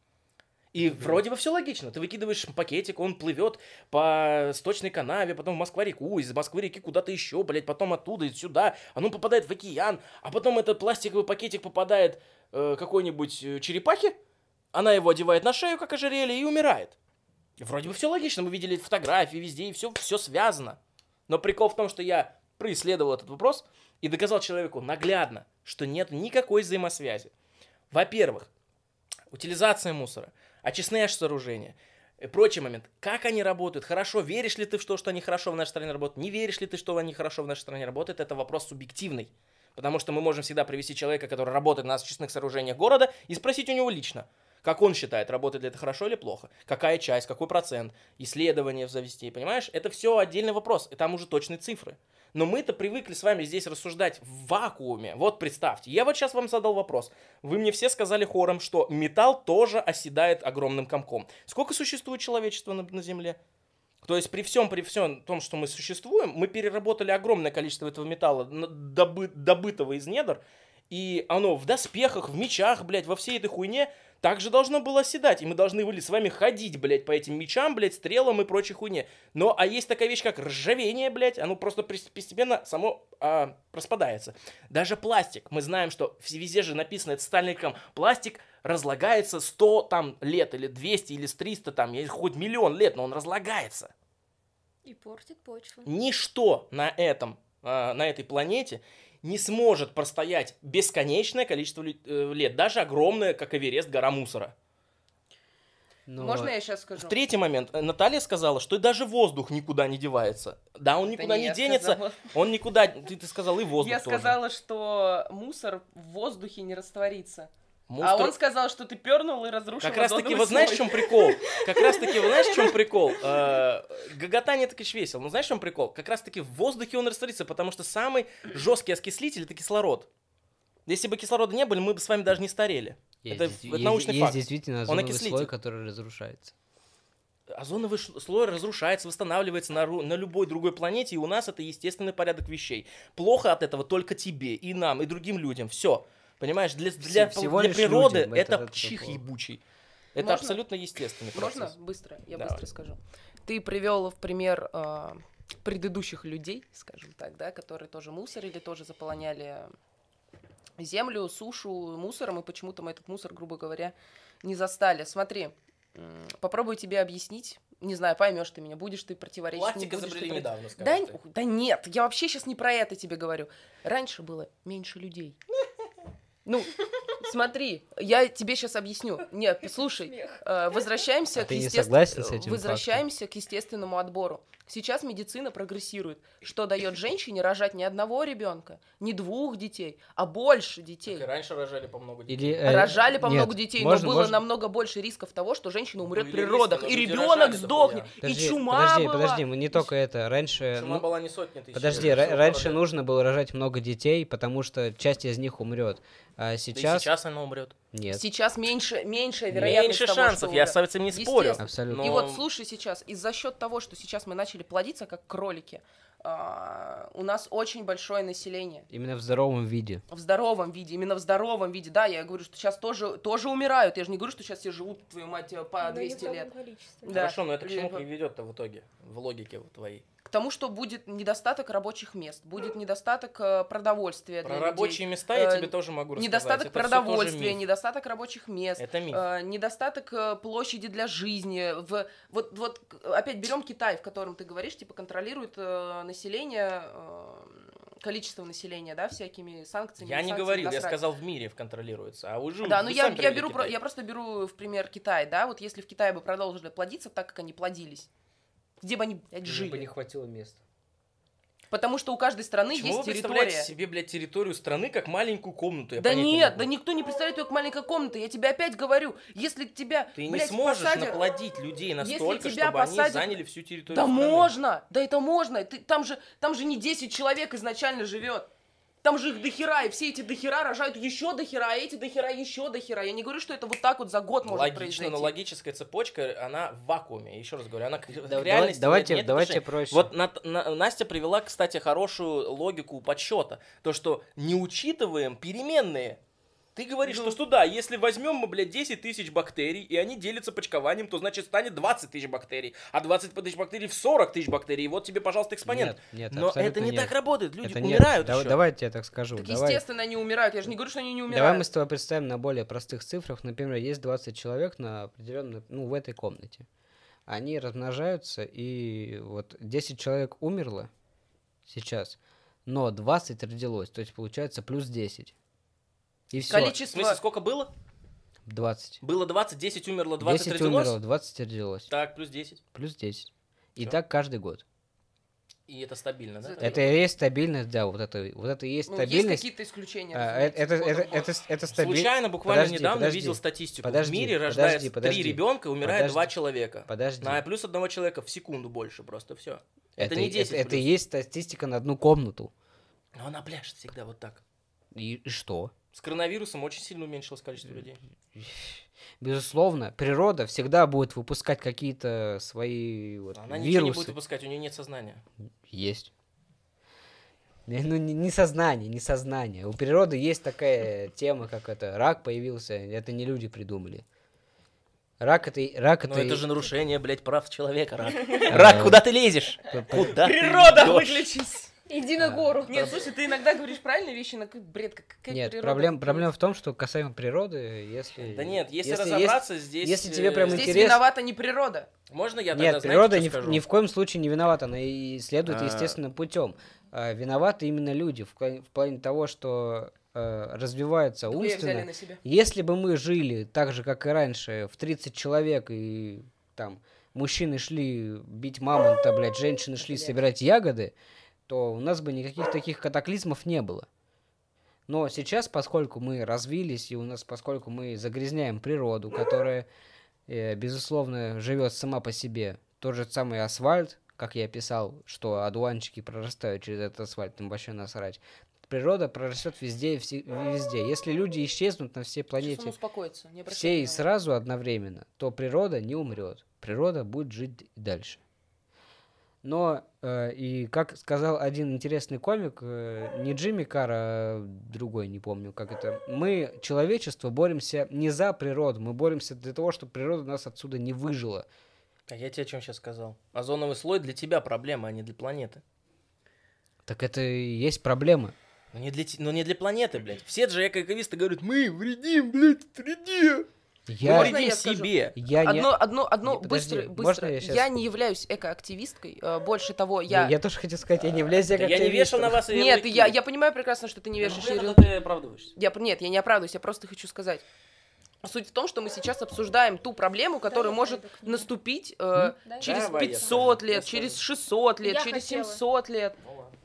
И вроде бы все логично. Ты выкидываешь пакетик, он плывет по сточной канаве, потом в Москва-реку, из Москвы-реки куда-то еще, блядь, потом оттуда и сюда. Оно попадает в океан, а потом этот пластиковый пакетик попадает какой-нибудь черепахе, она его одевает на шею, как ожерелье, и умирает. И вроде бы все логично. Мы видели фотографии везде, и все связано. Но прикол в том, что я происследовал этот вопрос и доказал человеку наглядно, что нет никакой взаимосвязи. Во-первых, утилизация мусора, очистные сооружения, прочий момент. Как они работают? Хорошо, веришь ли ты в то, что они хорошо в нашей стране работают? Не веришь ли ты, что они хорошо в нашей стране работают? Это вопрос субъективный. Потому что мы можем всегда привести человека, который работает на очистных сооружениях города, и спросить у него лично, как он считает, работает ли это хорошо или плохо, какая часть, какой процент, исследования завести, понимаешь? Это все отдельный вопрос, и там уже точные цифры. Но мы-то привыкли с вами здесь рассуждать в вакууме. Вот представьте, я вот сейчас вам задал вопрос. Вы мне все сказали хором, что металл тоже оседает огромным комком. Сколько существует человечества на Земле? То есть при всем том, что мы существуем, мы переработали огромное количество этого металла, добытого из недр, и оно в доспехах, в мечах, блядь, во всей этой хуйне также должно было оседать. И мы должны были с вами ходить, блядь, по этим мечам, блядь, стрелам и прочей хуйне. Но, а есть такая вещь, как ржавение, блядь, оно просто постепенно само распадается. Даже пластик. Мы знаем, что везде же написано, это стальником, пластик разлагается 100 там, лет, или 200, или 300, там, хоть миллион лет, но он разлагается. И портит почву. Ничто на этой планете не сможет простоять бесконечное количество лет. Даже огромная, как Эверест, гора мусора. Можно я сейчас скажу? Третий момент. Наталья сказала, что даже воздух никуда не девается. Да, он никуда не денется. Сказала. Он никуда... Ты сказал, и воздух Я тоже. сказала, что мусор в воздухе не растворится. Мусор... А он сказал, что ты пернул и разрушил Как раз таки, вот знаешь, в чем прикол? Как раз таки, вот знаешь, в чем прикол? Гоготание так и весело. Но знаешь, в чем прикол? Как раз таки в воздухе он растворится, потому что самый жесткий окислитель — это кислород. Если бы кислорода не было, мы бы с вами даже не старели. Это научный факт. Есть действительно озоновый слой, который разрушается. Озоновый слой разрушается, восстанавливается на любой другой планете, и у нас это естественный порядок вещей. Плохо от этого только тебе, и нам, и другим людям. Все. Понимаешь, для природы людям, это чих ебучий. Это Можно? абсолютно естественный процесс. Можно? Быстро. Я Давай. быстро скажу. Ты привел в пример предыдущих людей, скажем так, да, которые тоже мусорили, тоже заполоняли землю, сушу мусором, и почему-то мы этот мусор, грубо говоря, не застали. Смотри, попробую тебе объяснить. Не знаю, поймешь ты меня, будешь ты противоречить. Пластик изобрели недавно, да, скажешь ты. да нет, я вообще сейчас не про это тебе говорю. Раньше было меньше людей. Ну, смотри, я тебе сейчас объясню. Нет, слушай, возвращаемся к ты не согласен с этим возвращаемся к естественному отбору. Сейчас медицина прогрессирует, что дает женщине рожать не одного ребенка, не 2 детей, а больше детей. Так и раньше рожали по много детей. Или, Рожали по нет, много детей, можно, но было можно... намного больше рисков того, что женщина умрет Были при родах, риски, и но люди ребенок рожали сдохнет, дохуя. и чума была. Подожди, мы не только это. Раньше... Чума была не сотни тысяч. Подожди, раньше нужно было рожать много детей, потому что часть из них умрет. А сейчас... Да и сейчас она умрет. Нет. Сейчас меньшая вероятность Меньше того, шансов, что я умрет. с этим не спорю. Естественно. Абсолютно. И Но- вот слушай сейчас, и за счет того, что сейчас мы начали плодиться как кролики, у нас очень большое население. Именно в здоровом виде. В здоровом виде, именно в здоровом виде. Да, я говорю, что сейчас тоже умирают. Я же не говорю, что сейчас все живут, твою мать, по 200 лет. Да. Хорошо, но это к чему Либо- приведет-то в итоге? В логике вот твоей. К тому, что будет недостаток рабочих мест, будет недостаток продовольствия для Про людей. рабочие места я тебе тоже могу рассказать. Недостаток Это всё тоже продовольствия, миф. недостаток рабочих мест, Это миф. недостаток площади для жизни. Вот опять берем Китай, в котором ты говоришь, типа контролирует население количество населения, да, всякими санкциями. Я не санкциями говорил, я насрать. сказал, в мире контролируется. А уже Да, вы ну сами привели Китай. я просто беру в пример Китай, да, вот если в Китае бы продолжили плодиться так, как они плодились, где бы они, блядь, Мне бы жили? не хватило места. Потому что у каждой страны Почему есть вы представляете территория. себе, блядь, территорию страны как маленькую комнату? Я Да понять не нет, могу. да никто не представляет ее как маленькая комната. Я тебе опять говорю, если тебя, Ты не блядь, сможешь посадят... наплодить людей настолько, тебя чтобы они посадят- заняли всю территорию Да страны. можно, да это можно. Там же не 10 человек изначально живет. Там же их дохера, и все эти дохера рожают еще дохера, а эти дохера еще дохера. Я не говорю, что это вот так вот за год может Логично, произойти. но логическая цепочка, она в вакууме. Еще раз говорю, она к Да, реальности давайте нет отношения. проще. Вот Настя привела, кстати, хорошую логику подсчета. То, что не учитываем переменные. Ты говоришь, что да, если возьмем мы, блядь, 10 тысяч бактерий, и они делятся почкованием, то значит станет 20 тысяч бактерий, а 20 тысяч бактерий в 40 тысяч бактерий, и вот тебе, пожалуйста, экспонент. Нет, Но абсолютно это не нет. так работает, люди Это нет. умирают еще. Давайте я так скажу. Так Давай. естественно они умирают. Я же не говорю, что они не умирают. Давай мы с тобой представим на более простых цифрах. Например, есть 20 человек на определенной, в этой комнате. Они размножаются, и вот 10 человек умерло сейчас, но 20 родилось, то есть получается плюс 10. И все. В Количество... смысле, сколько было? 20. Было 20, 10 умерло, 20 10 родилось? умерло, 20 родилось. Так, плюс 10. Плюс 10. И Всё. так каждый год. И это стабильно, да? Это Это и есть стабильность, да, вот это и есть Ну, есть стабильность. какие-то исключения. Это стабильность. Случайно, буквально Подожди, недавно подожди. видел статистику. Подожди, в мире подожди, рождается подожди. 3 ребенка, умирает Подожди. 2 человека. Подожди. На плюс одного человека в секунду больше просто, все. Это не 10 это и плюс. есть статистика на одну комнату. Но она пляшет всегда вот так. И что? С коронавирусом очень сильно уменьшилось количество людей. Безусловно, природа всегда будет выпускать какие-то свои вот Она ничего не вирусы. будет выпускать, у нее нет сознания. Есть. Ну, не сознание, не сознание. У природы есть такая тема, как это рак появился. Это не люди придумали. Рак это... Но это же нарушение, блядь, прав человека, рак. Рак, куда ты лезешь? Куда Природа, ты идёшь? выключись! Иди на гору. Нет, слушай, ты иногда говоришь правильные вещи, но бред, какая Нет, природа? проблема в том, что касаемо природы, если... Да нет, если есть- разобраться, здесь... если тебе прям Здесь интерес- виновата не природа. Можно я тогда, Нет, знаете, природа что ни скажу? ни в коем случае не виновата, она и следует А. естественным путем. Виноваты именно люди в плане того, что развивается Вы взяли умственно. на себя. Если бы мы жили так же, как и раньше, в 30 человек, и там мужчины шли бить мамонта, блядь, женщины шли собирать ягоды, то у нас бы никаких таких катаклизмов не было. Но сейчас, поскольку мы развились, и поскольку мы загрязняем природу, которая, безусловно, живет сама по себе, тот же самый асфальт, как я писал, что одуванчики прорастают через этот асфальт, им вообще насрать. Природа прорастет везде и везде. Если люди исчезнут на всей Сейчас он планете, успокоится. Не обращай все и внимания. сразу одновременно, то природа не умрет. Природа будет жить и дальше. Но, и как сказал один интересный комик, не Джимми Карр, а другой, не помню, как это, мы, человечество, боремся не за природу, мы боремся для того, чтобы природа нас отсюда не выжила. А я тебе о чем сейчас сказал? Озоновый слой для тебя проблема, а не для планеты. Так это и есть проблема. Но не для планеты, блядь. Все же экоактивисты говорят, мы вредим, блядь, вредим. Мы Можно вредим я скажу? себе. Я не... Одно, Не, быстро, подожди, быстро. можно я Я, щас- не являюсь экоактивисткой. Больше того, Я тоже хотел сказать, я не являюсь Да я не вешал на вас Нет, ярлыки. я понимаю прекрасно, что ты не вешаешь Ну, ярлыки. ты оправдываешься. Нет, я не оправдываюсь, я просто хочу сказать. Суть в том, что мы сейчас обсуждаем ту проблему, которая я может пойду к нему. наступить Дай через Давай я 500 скажу, лет, я через скажу. 600 лет, Я через хотела. 700 лет. Ну ладно.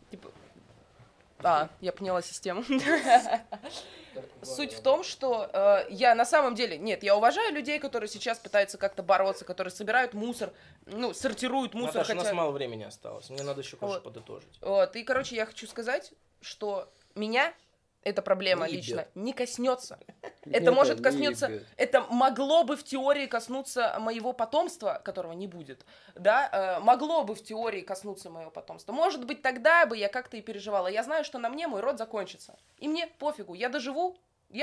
Я поняла систему. Суть в том, что я на самом деле, нет, я уважаю людей, которые сейчас пытаются как-то бороться, которые собирают мусор, сортируют мусор, Наташа, у нас хотя... мало времени осталось. Мне надо еще кое-что Вот. подытожить. Вот, и, короче, я хочу сказать, что меня эта проблема Не лично ебет. не коснется. Это может коснуться, это могло бы в теории коснуться моего потомства, которого не будет, да, могло бы в теории коснуться моего потомства. Может быть, тогда бы я как-то и переживала. Я знаю, что на мне мой род закончится. И мне пофигу, я доживу.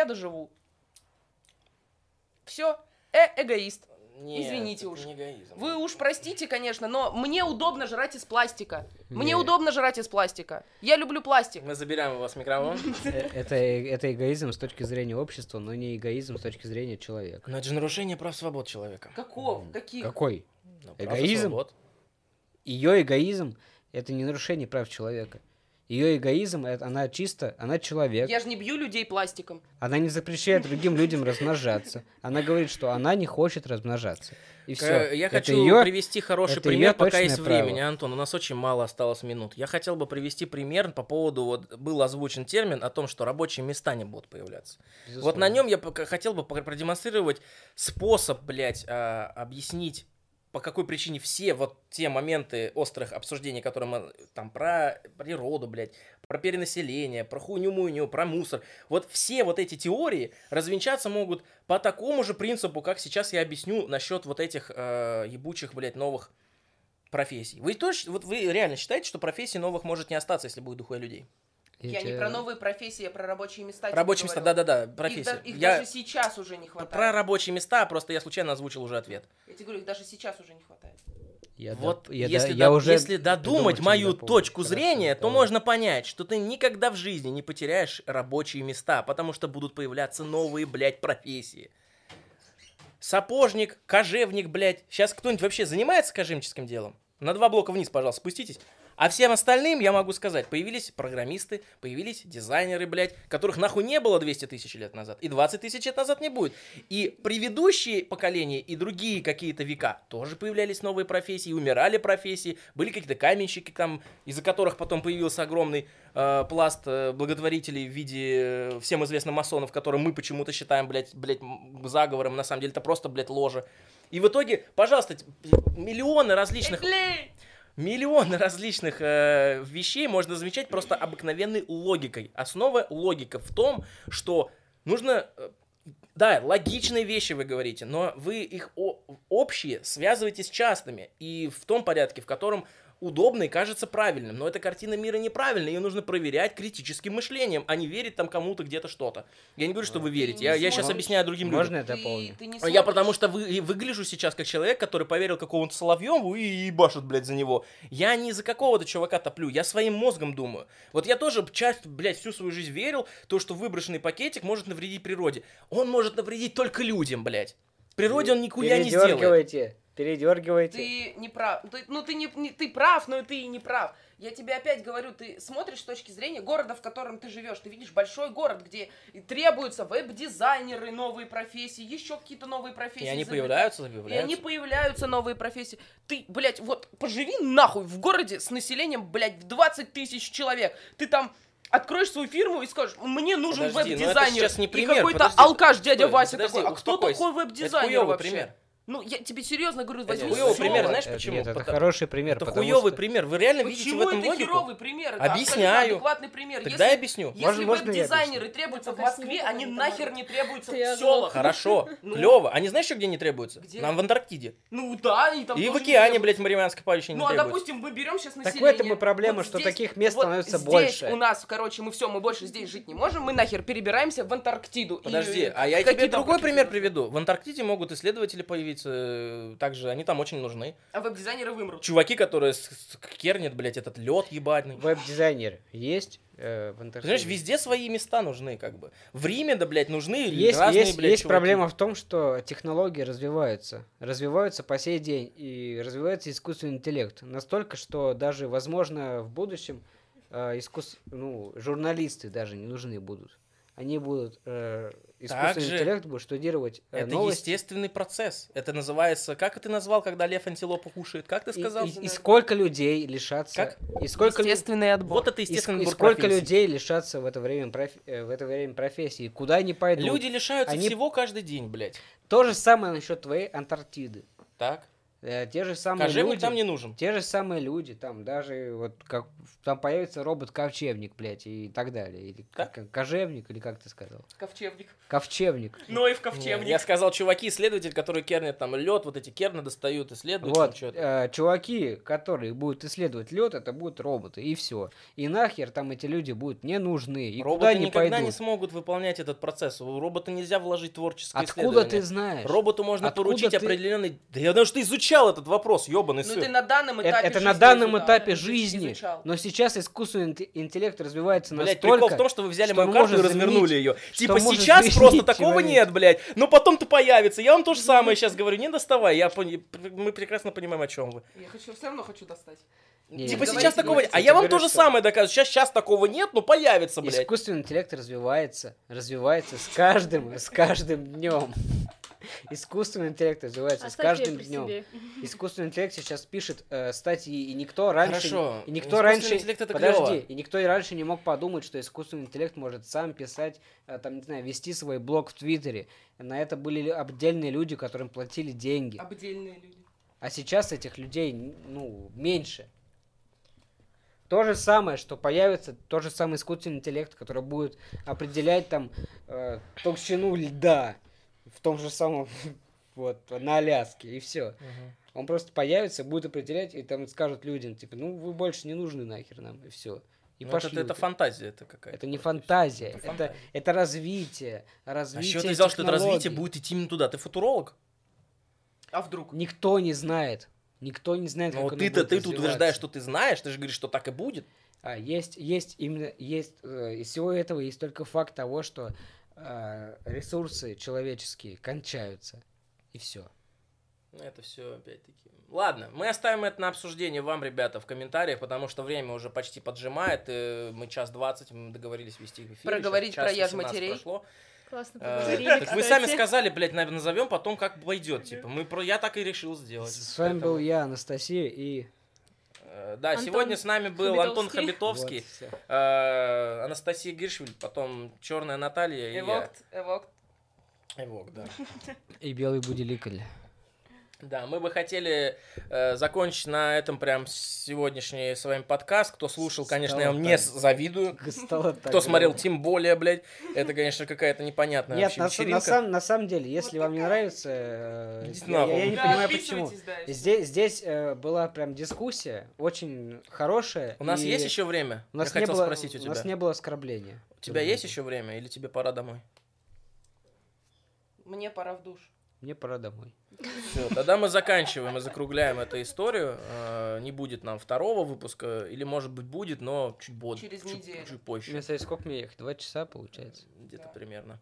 Все, эгоист. Нет, Извините это уж. не эгоизм. Вы уж простите, конечно, но мне удобно жрать из пластика. Мне Не. удобно жрать из пластика. Я люблю пластик. Мы забираем у вас микрофон. Это эгоизм с точки зрения общества, но не эгоизм с точки зрения человека. Но это же нарушение прав свобод человека. Каких? Какой? Ну, прав и Эгоизм? свобод. Ее эгоизм — это не нарушение прав человека. Ее эгоизм, она чисто, она человек. Я же не бью людей пластиком. Она не запрещает другим людям размножаться. Она говорит, что она не хочет размножаться. И все. Я Это хочу её- привести хороший это пример, её пока точное есть право. времени, Антон. У нас очень мало осталось минут. Я хотел бы привести пример по поводу, вот был озвучен термин о том, что рабочие места не будут появляться. Вот на нем я хотел бы продемонстрировать способ, блядь, объяснить, по какой причине все вот те моменты острых обсуждений, которые мы там про природу, блядь, про перенаселение, про хуйню-муйню, про мусор, вот все вот эти теории развенчаться могут по такому же принципу, как сейчас я объясню насчет вот этих ебучих, блядь, новых профессий. Вы точно, вот вы реально считаете, что профессий новых может не остаться, если будет дохуя людей? Я не про новые профессии, я про рабочие места. Рабочие места, да-да-да, профессии. Их даже сейчас уже не хватает. Про рабочие места, просто я случайно озвучил уже ответ. Я тебе говорю, их даже сейчас уже не хватает. Если додумать мою точку зрения, то можно понять, что ты никогда в жизни не потеряешь рабочие места, потому что будут появляться новые, блядь, профессии. Сапожник, кожевник, блядь. Сейчас кто-нибудь вообще занимается кожевническим делом? На 2 блока вниз, пожалуйста, спуститесь. А всем остальным, я могу сказать, появились программисты, появились дизайнеры, блядь, которых нахуй не было 200 тысяч лет назад, и 20 тысяч лет назад не будет. И предыдущие поколения и другие какие-то века тоже появлялись новые профессии, умирали профессии, были какие-то каменщики, там, из-за которых потом появился огромный пласт благотворителей в виде всем известных масонов, которые мы почему-то считаем, блядь, заговором, на самом деле это просто, блядь, ложа. И в итоге, пожалуйста, миллионы различных вещей можно замечать просто обыкновенной логикой. Основа логика в том, что нужно... Да, логичные вещи вы говорите, но вы их общие связываете с частными. И в том порядке, в котором удобно и кажется правильным. Но эта картина мира неправильная, ее нужно проверять критическим мышлением, а не верить там кому-то где-то что-то. Я не говорю, что вы верите, я сейчас объясняю другим людям. Можно это дополнить? Я потому что выгляжу сейчас как человек, который поверил какому-то Соловьеву и ебашут, блядь, за него. Я не за какого-то чувака топлю, я своим мозгом думаю. Вот я тоже всю свою жизнь верил, то, что выброшенный пакетик может навредить природе. Он может навредить только людям, блядь. Природе он нихуя не сделает. Передергивайте. Ты не прав. Ты прав, но ты и не прав. Я тебе опять говорю, ты смотришь с точки зрения города, в котором ты живешь. Ты видишь большой город, где требуются веб-дизайнеры, новые профессии, еще какие-то новые профессии. И они появляются. И они появляются, новые профессии. Ты, блядь, вот поживи нахуй в городе с населением, блядь, в 20 тысяч человек. Ты там откроешь свою фирму и скажешь, мне нужен веб-дизайнер. Это не пример. И какой-то алкаш дядя Вася подожди, такой. А кто такой веб-дизайнер вообще? Пример. Ну, я тебе серьезно говорю, Это возьми хуёвый всё. пример, знаешь почему? Нет, это хороший пример. Это потому хуёвый что- пример. Вы реально видите в Почему этом это логику? херовый пример? Это Объясняю. абсолютно адекватный пример. Тогда я объясню. Если Можно я веб-дизайнеры требуются в Пока Москве, снег они там нахер не требуются Я в селах. Хорошо, Ну. клево. Они знаешь, еще где не требуются? Где? Нам в Антарктиде. Ну да, и там И в тоже не океане, требуются. блядь, Марианской падающей не Ну, а требуется. допустим, мы берем сейчас Так население. в этом и проблема, что таких мест становится здесь больше. у нас, короче, мы больше здесь жить не можем, мы нахер перебираемся в Антарктиду. Подожди, И а я какие тебе там другой какие-то- пример приведу. В Антарктиде могут исследователи появиться, также они там очень нужны. А веб-дизайнеры вымрут. Чуваки, которые кернет, блядь, этот лед ебаный. Веб-дизайнер есть в Антарктиде? Понимаешь, везде свои места нужны, как бы. В Риме, да, блядь, нужны Есть, разные, есть, блядь, есть чуваки. проблема в том, что технологии развиваются по сей день, и развивается искусственный интеллект. Настолько, что даже, возможно, в будущем журналисты даже не нужны будут. Они будут, искусственный Также интеллект будет штудировать Это новости. естественный процесс. Это называется... Как ты назвал, когда лев антилопу кушает? Как ты сказал? И сколько людей лишатся... Как? И сколько Естественный отбор. Вот это естественный и отбор сколько профессий. людей лишатся в это время профессии? Куда они пойдут? Люди лишаются Они- всего каждый день, блядь. То же самое насчет твоей Антарктиды. Так? Те же самые Кожевник люди... там не нужен. Те же самые люди, там даже вот как там появится робот-ковчевник, блядь, и так далее. Или Так? кожевник, или как ты сказал? Ковчевник. Ковчевник. Ноев Не, ковчевник. я сказал, чуваки, исследователи, которые кернят там лед, вот эти керны достают, исследуют. там Вот, что-то. чуваки, которые будут исследовать лед, это будут роботы, и все. И нахер там эти люди будут не нужны, и Роботы куда они никогда пойдут. не смогут выполнять этот процесс. У робота нельзя вложить творческое Откуда исследование. ты знаешь? Роботу можно Откуда поручить ты- определенный... Да я потому что изучал этот вопрос, ебаный Ну сын. ты на данном этапе Это на жизни данном изучал. этапе Ты жизни. изучал. Но сейчас искусственный интеллект развивается Блять, настолько... прикол в том, что вы взяли что мою карту и может развернули заменить- ее. что Типа может сейчас заменить просто такого человека. нет, блядь. Но потом-то появится. Я вам то же самое сейчас говорю. Не доставай. Мы прекрасно понимаем, о чем вы. Я все равно хочу достать. Не, Типа говорите, сейчас такого нет. А я я вам говорю, то же что- самое доказываю. Сейчас такого нет, но появится, блядь. Искусственный интеллект развивается с каждым днем. Искусственный интеллект развивается с Оставь её каждым при днем. себе. Искусственный интеллект сейчас пишет статьи, и никто раньше... Хорошо. И никто Искусственный раньше... интеллект — это Подожди, клёво. и никто и раньше не мог подумать, что искусственный интеллект может сам писать, там, не знаю, вести свой блог в Твиттере. На это были отдельные люди, которым платили деньги. Обдельные люди. А сейчас этих людей, ну, меньше. То же самое, что появится, тот же самый искусственный интеллект, который будет определять там толщину льда в том же самом, вот, на Аляске, и все. Он просто появится, будет определять, и там скажут людям, типа, ну, вы больше не нужны нахер нам, и все. И Ну, пошли. это фантазия это какая-то. Это не просто, и всё. фантазия, Это фантазия. это развитие. А Развитие с чего ты взял, что это развитие технологий. будет идти именно туда? Ты футуролог? А вдруг? Никто не знает. Никто не знает, Ну, как оно ты-то будет ты тут развиваться. утверждаешь, что ты знаешь, ты же говоришь, что так и будет. Есть из всего этого есть только факт того, что ресурсы человеческие кончаются. И все. Это все опять-таки. Ладно, мы оставим это на обсуждение вам, ребята, в комментариях, потому что время уже почти поджимает. Мы 1:20, мы договорились вести в эфире. Проговорить Сейчас про яд 18 матерей. прошло. Классно Так поговорили, вы сами кстати. сказали, блядь, наверное, назовем потом, как пойдет. Типа, я так и решил сделать. С вами был я, Анастасия, и... Да, Антон сегодня с нами был Антон Хабитовский. Хабитовский, Вот, всё. Анастасия Гиршвиль, потом Черная Наталья и Эвокт. я. Эвок, да. И белый будиликль. Да, мы бы хотели закончить на этом прям сегодняшний с вами подкаст. Кто слушал, конечно, я вам не завидую. Стало так Кто смотрел, громко. тем более, блядь. Это, конечно, какая-то непонятная Нет, вообще вечеринка. на самом деле, если Вот вам не такая. нравится, Идите я нахуй. не Да, понимаю, почему. отписывайтесь, да. Здесь была прям дискуссия, очень хорошая. У нас и есть еще время? у нас Я не хотел было, спросить у У нас тебя. не было оскорбления. У тебя есть еще время или тебе пора домой? Мне пора в душ. Мне пора домой. Все, тогда мы заканчиваем и закругляем эту историю. Не будет нам второго выпуска, или может быть будет, но чуть Через неделю. чуть позже. Вместо сколько мне ехать? 2 часа получается. Где-то Да. примерно.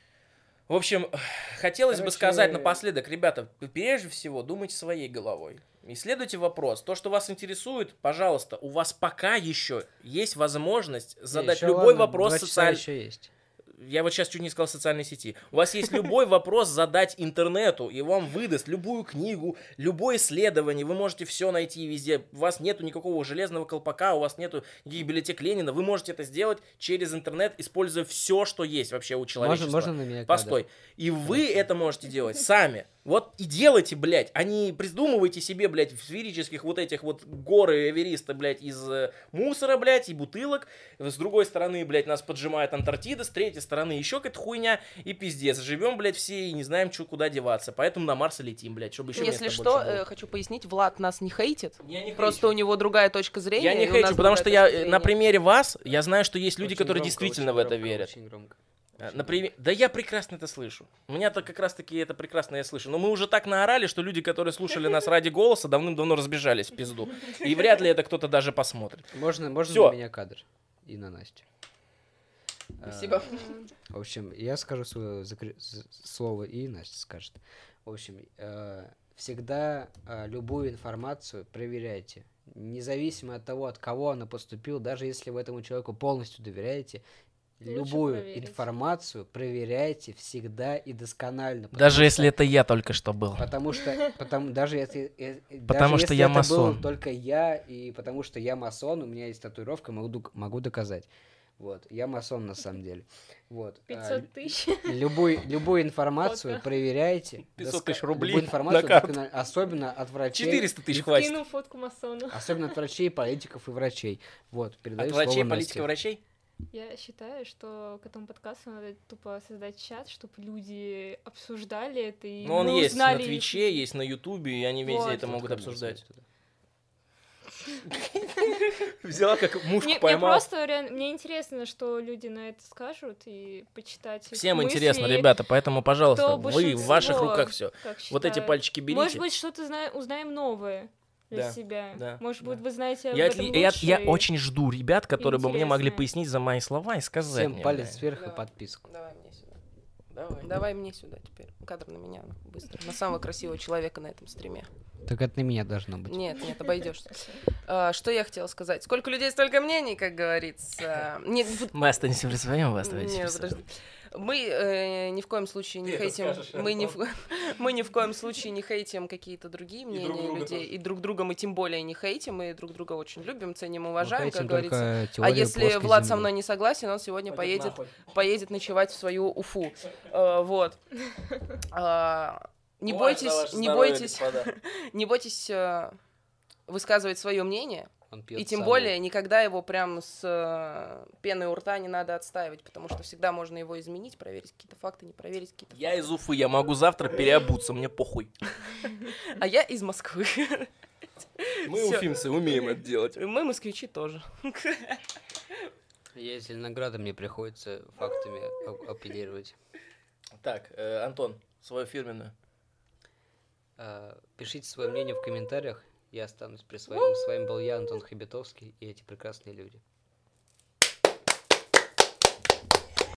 В общем, хотелось бы Короче, сказать напоследок, ребята, прежде всего думайте своей головой. Исследуйте вопрос. То, что вас интересует, пожалуйста, у вас пока еще есть возможность задать Ещё любой ладно, вопрос 2 часа социальный. еще есть. Я вот сейчас чуть не сказал социальной сети. У вас есть любой вопрос задать интернету, и вам выдаст любую книгу, любое исследование. Вы можете все найти везде. У вас нету никакого железного колпака, у вас нету никаких библиотек Ленина. Вы можете это сделать через интернет, используя все, что есть вообще у человечества. Можно на меня Постой. И вы это можете делать сами. Вот и делайте, блядь, а не придумывайте себе, блядь, в сферических вот этих вот горы Эвереста, блядь, из мусора, блядь, и бутылок. С другой стороны, блядь, нас поджимает Антарктида, с третьей стороны еще какая-то хуйня и пиздец. Живем, блядь, все и не знаем, куда деваться. Поэтому на Марс и летим, блядь, чтобы еще Если места что, больше было. хочу пояснить, Влад нас не хейтит. Я не Просто хейчу. у него другая точка зрения. Я не и у нас хейчу, потому другая что точка я зрения. на примере вас, я знаю, что есть люди, Очень которые громко, действительно очень в это громко, верят. Очень громко. Например, да я прекрасно это слышу. У меня-то как раз-таки это прекрасно я слышу. Но мы уже так наорали, что люди, которые слушали нас ради голоса, давным-давно разбежались в пизду. И вряд ли это кто-то даже посмотрит. Можно Всё. на меня кадр. И на Настю. Спасибо. В общем, я скажу свое слово, и Настя скажет. В общем, всегда любую информацию проверяйте. Независимо от того, от кого она поступила, даже если вы этому человеку полностью доверяете, Лучше любую проверить. информацию проверяйте всегда и досконально. Даже если это я только что был. Потому что, даже если, Потому даже что если я это масон. был только я, и потому что я масон, у меня есть татуировка, могу доказать. Вот, я масон на самом деле. Вот. 500 тысяч. Любую информацию Фото. проверяйте. 500 тысяч рублей Любую информацию на карту. досконально, особенно от врачей. 400 тысяч хватит. Скину фотку масону. Особенно от врачей, политиков и врачей. Вот, передаю От врачей, слово политиков, Насте. врачей? Я считаю, что к этому подкасту надо тупо создать чат, чтобы люди обсуждали это и Ну, он мы есть на узнали их. Твиче, есть на Ютубе, и они везде Вот. это могут Как обсуждать. называется Взяла как мушку Мне поймала. просто реально, мне интересно, что люди на это скажут и почитать их Всем мысли, интересно, ребята, поэтому, пожалуйста, кто вы, в ваших большинство, руках все. как Вот эти считают. пальчики берите. Может быть, что-то узнаем новое для Да, себя. да, Может да. быть, вы знаете об Я, этом я лучше. очень жду ребят, которые бы мне могли интересное. пояснить за мои слова и сказать Всем мне, палец бля. вверх и Давай. подписку. Давай мне сюда. Давай мне сюда теперь. Кадр на меня быстро. На самого красивого человека на этом стриме. Так это на меня должно быть. Нет, обойдешься. Что я хотела сказать? Сколько людей, столько мнений, как говорится. Нет, Мы останемся при своем, вы оставайтесь не, при своем. подожди. Мы ни в коем случае не Ты это хейтим. скажешь, Мы ни в коем случае не хейтим какие-то другие друг мнения друга людей. тоже. И друг друга мы тем более не хейтим. Мы друг друга очень любим, ценим, уважаем, Хейтим как говорится. только А теорию если плоской Влад со земли. мной не согласен, он сегодня Пойдет поедет ночевать в свою Уфу. Вот. Не бойтесь, не бойтесь высказывать свое мнение. Он пьет И тем саду. более никогда его прям с пеной у рта не надо отстаивать, потому что всегда можно его изменить, проверить какие-то факты, не проверить какие-то Я факты. из Уфы, я могу завтра переобуться, мне похуй. А я из Москвы. Мы, Всё. уфимцы, умеем это делать. Мы, москвичи, тоже. Я из Зеленограда, мне приходится фактами апеллировать. Так, Антон, свою фирменную. Пишите свое мнение в комментариях. Я останусь при своем. С вами был я, Антон Хабитовский, и эти прекрасные люди.